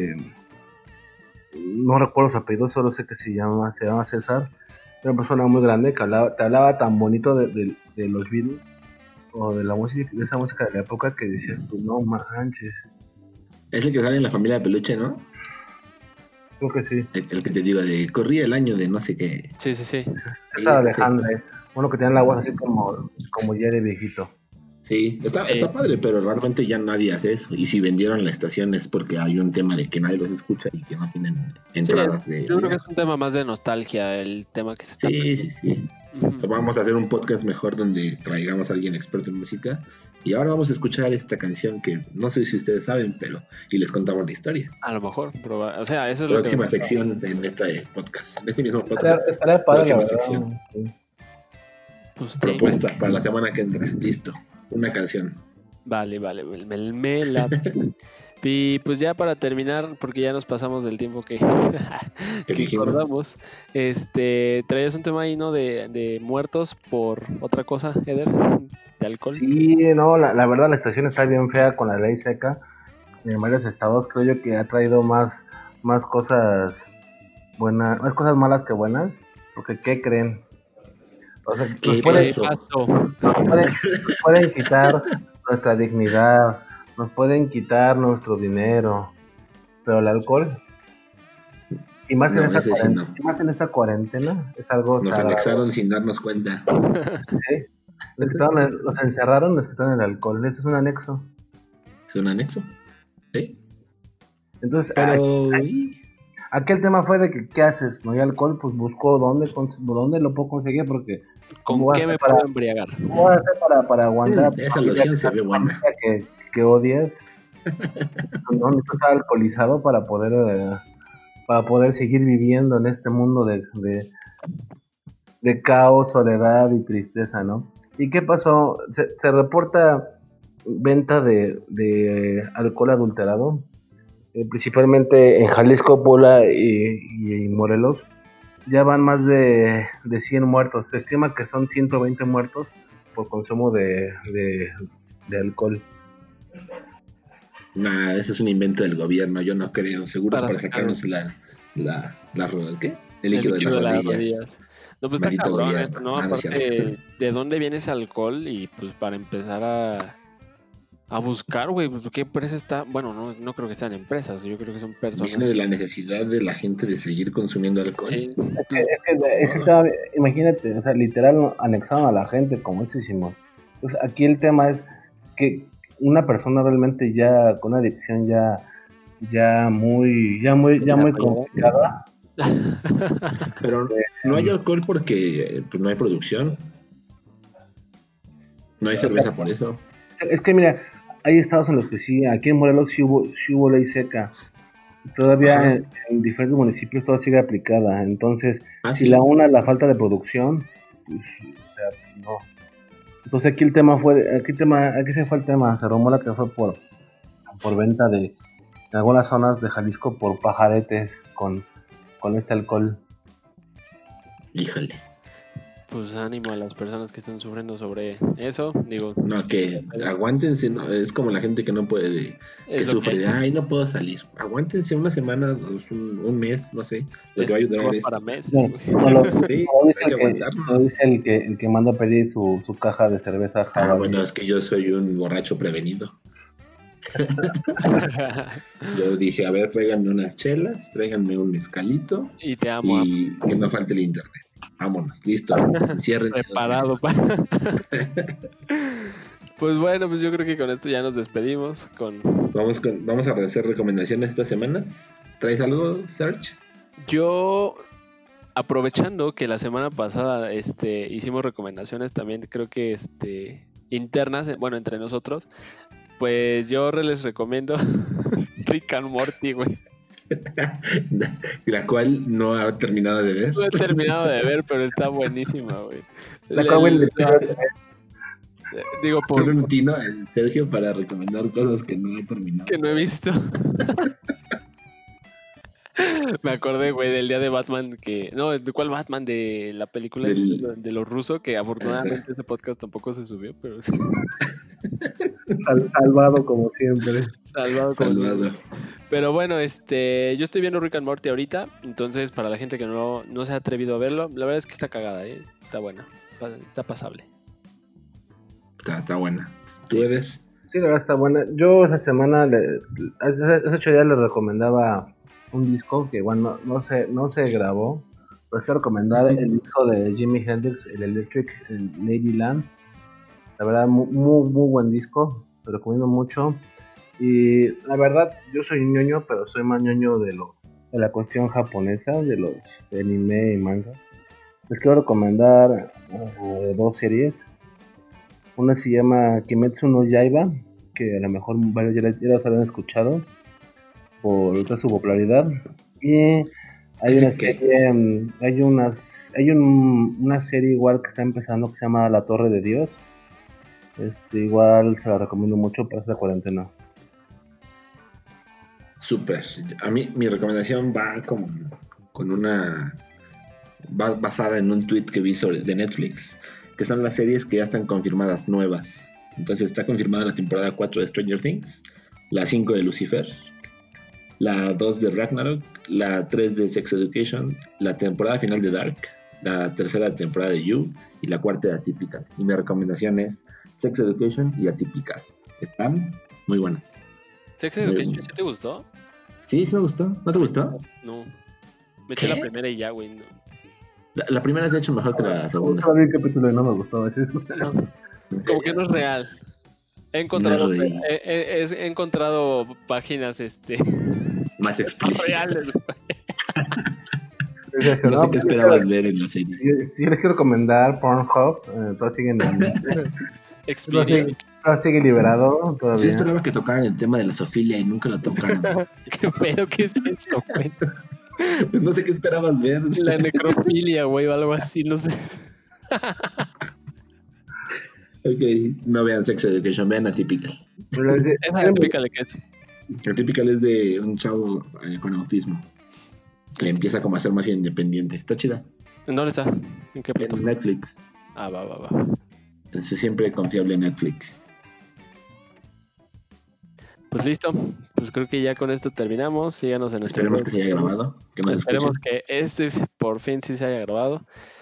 no recuerdo su apellido, solo sé que se llama César. Era una persona muy grande que te hablaba tan bonito de los Beatles o de la música, de esa música de la época que decías tú, no manches. Es el que sale en La Familia de Peluche, ¿no? Creo que sí. El que te digo, corría el año de no sé qué. Sí. César Alejandre, uno que tiene la voz así como ya de viejito. Sí, está padre, pero realmente ya nadie hace eso. Y si vendieron la estación es porque hay un tema de que nadie los escucha y que no tienen entradas yo creo que es un tema más de nostalgia, el tema que se está Sí. Uh-huh. Vamos a hacer un podcast mejor donde traigamos a alguien experto en música. Y ahora vamos a escuchar esta canción que no sé si ustedes saben, y les contamos la historia. A lo mejor, o sea, eso es próxima sección en este podcast, en este mismo podcast. Estará padre, próxima sección. Pues propuesta para la semana que entra. Listo. Una canción. Vale. Me late. Y pues ya para terminar, porque ya nos pasamos del tiempo que acordamos, traías un tema ahí, ¿no? De muertos por otra cosa, Eder, de alcohol. Sí, no, la verdad la estación está bien fea con la ley seca en varios estados. Creo yo que ha traído más cosas buenas, más cosas malas que buenas, porque ¿qué creen? O sea, ¿Qué pasó? Nos pueden quitar nuestra dignidad, nos pueden quitar nuestro dinero, pero el alcohol, y más en esta cuarentena, es algo nos sagrado. anexaron sin darnos cuenta. ¿Sí? Nos encerraron, nos quitaron el alcohol. Eso es un anexo. ¿Es un anexo? ¿Sí? Entonces, aquí el tema fue de que ¿qué haces? No hay alcohol, pues busco dónde lo puedo conseguir, porque ¿con qué me puedo embriagar? ¿Cómo voy a hacer para aguantar? Esa loción se ve buena. Que odias. No necesito estar alcoholizado para poder seguir viviendo en este mundo de caos, soledad y tristeza, ¿no? ¿Y qué pasó? Se reporta venta de alcohol adulterado, principalmente en Jalisco, Puebla y Morelos. Ya van más de 100 muertos. Se estima que son 120 muertos por consumo de alcohol. Nah, ese es un invento del gobierno, yo no creo. Seguro es para sacarnos ¿qué? El líquido de las rodillas. No, pues está Maldito cabrón gobierno. esto, ¿no? Nada, es cierto. Aparte, ¿de dónde viene ese alcohol? Y pues para empezar a buscar, güey, pues qué empresa está... Bueno, no creo que sean empresas, yo creo que son personas. Viene de la necesidad de la gente de seguir consumiendo alcohol. Sí. Es que ese tema, imagínate, o sea, literal anexaron a la gente, como dice Simón. Pues aquí el tema es que una persona realmente ya con una adicción ya muy complicada. Pero no hay alcohol porque pues, no hay producción. No hay cerveza por eso. Es que mira, hay estados en los que sí, aquí en Morelos sí hubo ley seca. Todavía en diferentes municipios todo sigue aplicada. Entonces, si sí. la falta de producción, pues, o sea, no. Entonces aquí se fue el tema, se rumora que fue por venta de algunas zonas de Jalisco por pajaretes con este alcohol. Híjole. Pues ánimo a las personas que están sufriendo sobre eso, digo. No, que aguántense, no, es como la gente que no puede, que sufre de, ay, no puedo salir. Aguántense una semana, un mes, no sé, lo que va a ayudar es para meses. No dice el que manda a pedir su caja de cerveza. Bueno, es que yo soy un borracho prevenido. Yo dije, a ver, tráiganme unas chelas, tráiganme un mezcalito y te amo. Y que no falte el internet. Vámonos, listo. Cierren. Preparado. Pues bueno, pues yo creo que con esto ya nos despedimos. Vamos a hacer recomendaciones estas semanas. ¿Traes algo, Serge? Yo, aprovechando que la semana pasada hicimos recomendaciones también, creo que internas, bueno, entre nosotros, pues yo les recomiendo Rick and Morty, güey. La cual no ha terminado de ver. No he terminado de ver, pero está buenísima, güey. Digo, por un tino el Sergio para recomendar cosas que no he terminado. Que no he visto. Me acordé, güey, del día de Batman ¿de cuál Batman? De la película de los rusos, que afortunadamente ese podcast tampoco se subió, pero... Salvado como siempre. Salvado. Pero bueno, yo estoy viendo Rick and Morty ahorita, entonces para la gente que no se ha atrevido a verlo, la verdad es que está cagada, está buena, está pasable. Está buena. ¿Tú eres? Sí, la verdad está buena. Yo esa semana, hace 8 días les recomendaba un disco que igual no se grabó, pero quiero recomendar el disco de Jimi Hendrix, el Electric, el Ladyland. La verdad, muy buen disco, lo recomiendo mucho. Y la verdad, yo soy ñoño, pero soy más ñoño de la cuestión japonesa, de los anime y manga. Les quiero recomendar 2 series. Una se llama Kimetsu no Yaiba, que a lo mejor varios ya los habrán escuchado por su popularidad. Y hay una serie, hay una serie igual que está empezando que se llama La Torre de Dios. Igual se la recomiendo mucho para esta cuarentena. Súper. A mí mi recomendación va va basada en un tweet que vi de Netflix, que son las series que ya están confirmadas nuevas. Entonces está confirmada la temporada 4 de Stranger Things, la 5 de Lucifer, la 2 de Ragnarok, la 3 de Sex Education, la temporada final de Dark, la tercera temporada de You y la cuarta de Atypical. Y mi recomendación es Sex Education y Atypical. Están muy buenas. ¿Sex Education sí te gustó? Sí me gustó. ¿No te gustó? No. Me eché la primera y ya, güey. No. La primera es de hecho mejor que la segunda. No vi el capítulo y no me gustó. No. Como que no es real. He encontrado páginas más explícitas. reales. No sé qué esperabas ver en la serie. Si yo les quiero recomendar Pornhub, todos siguen sigue liberado todavía. Yo esperaba que tocaran el tema de la zoofilia y nunca lo tocaron. ¿Qué pedo? ¿Qué es eso, güey? Pues no sé qué esperabas ver. La necrofilia, güey, o algo así, no sé. Ok, no vean Sex Education, vean Atypical. ¿Es Atypical de qué es? Atypical es de un chavo con autismo que empieza como a ser más independiente. Está chida. ¿En dónde está? ¿En qué plataforma? En Netflix. Va. En su siempre confiable Netflix. Pues listo, pues creo que ya con esto terminamos. Síganos en nuestras Esperemos redes que se haya sociales. grabado. Que nos Esperemos escuchen. que por fin sí se haya grabado.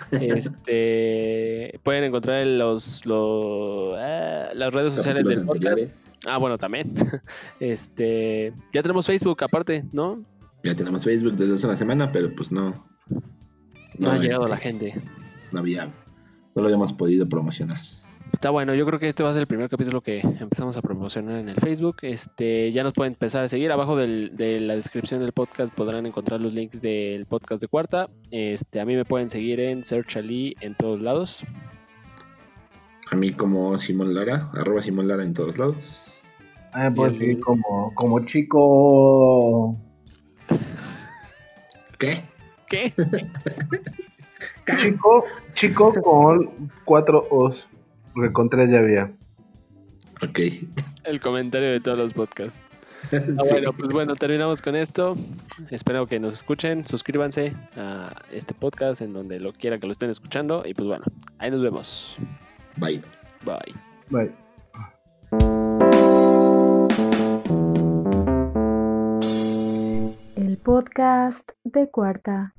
Pueden encontrar las redes sociales Capítulos del podcast. anteriores. Bueno, también. Ya tenemos Facebook aparte, ¿no? Ya tenemos Facebook desde hace una semana, pero pues no. No ha llegado la gente. No lo habíamos podido promocionar. Está bueno, yo creo que este va a ser el primer capítulo que empezamos a promocionar en el Facebook. Ya nos pueden empezar a seguir. Abajo de la descripción del podcast podrán encontrar los links del podcast de Cuarta. A mí me pueden seguir en Search Ali en todos lados. A mí como Simón Lara, @Simón Lara en todos lados. Pues sí, como chico. ¿Qué? Chico con 4 O's. Porque con 3 ya había. Ok. El comentario de todos los podcasts. Sí. Bueno, terminamos con esto. Espero que nos escuchen. Suscríbanse a este podcast en donde lo quiera que lo estén escuchando. Y pues bueno, ahí nos vemos. Bye. Bye. El podcast de Cuarta.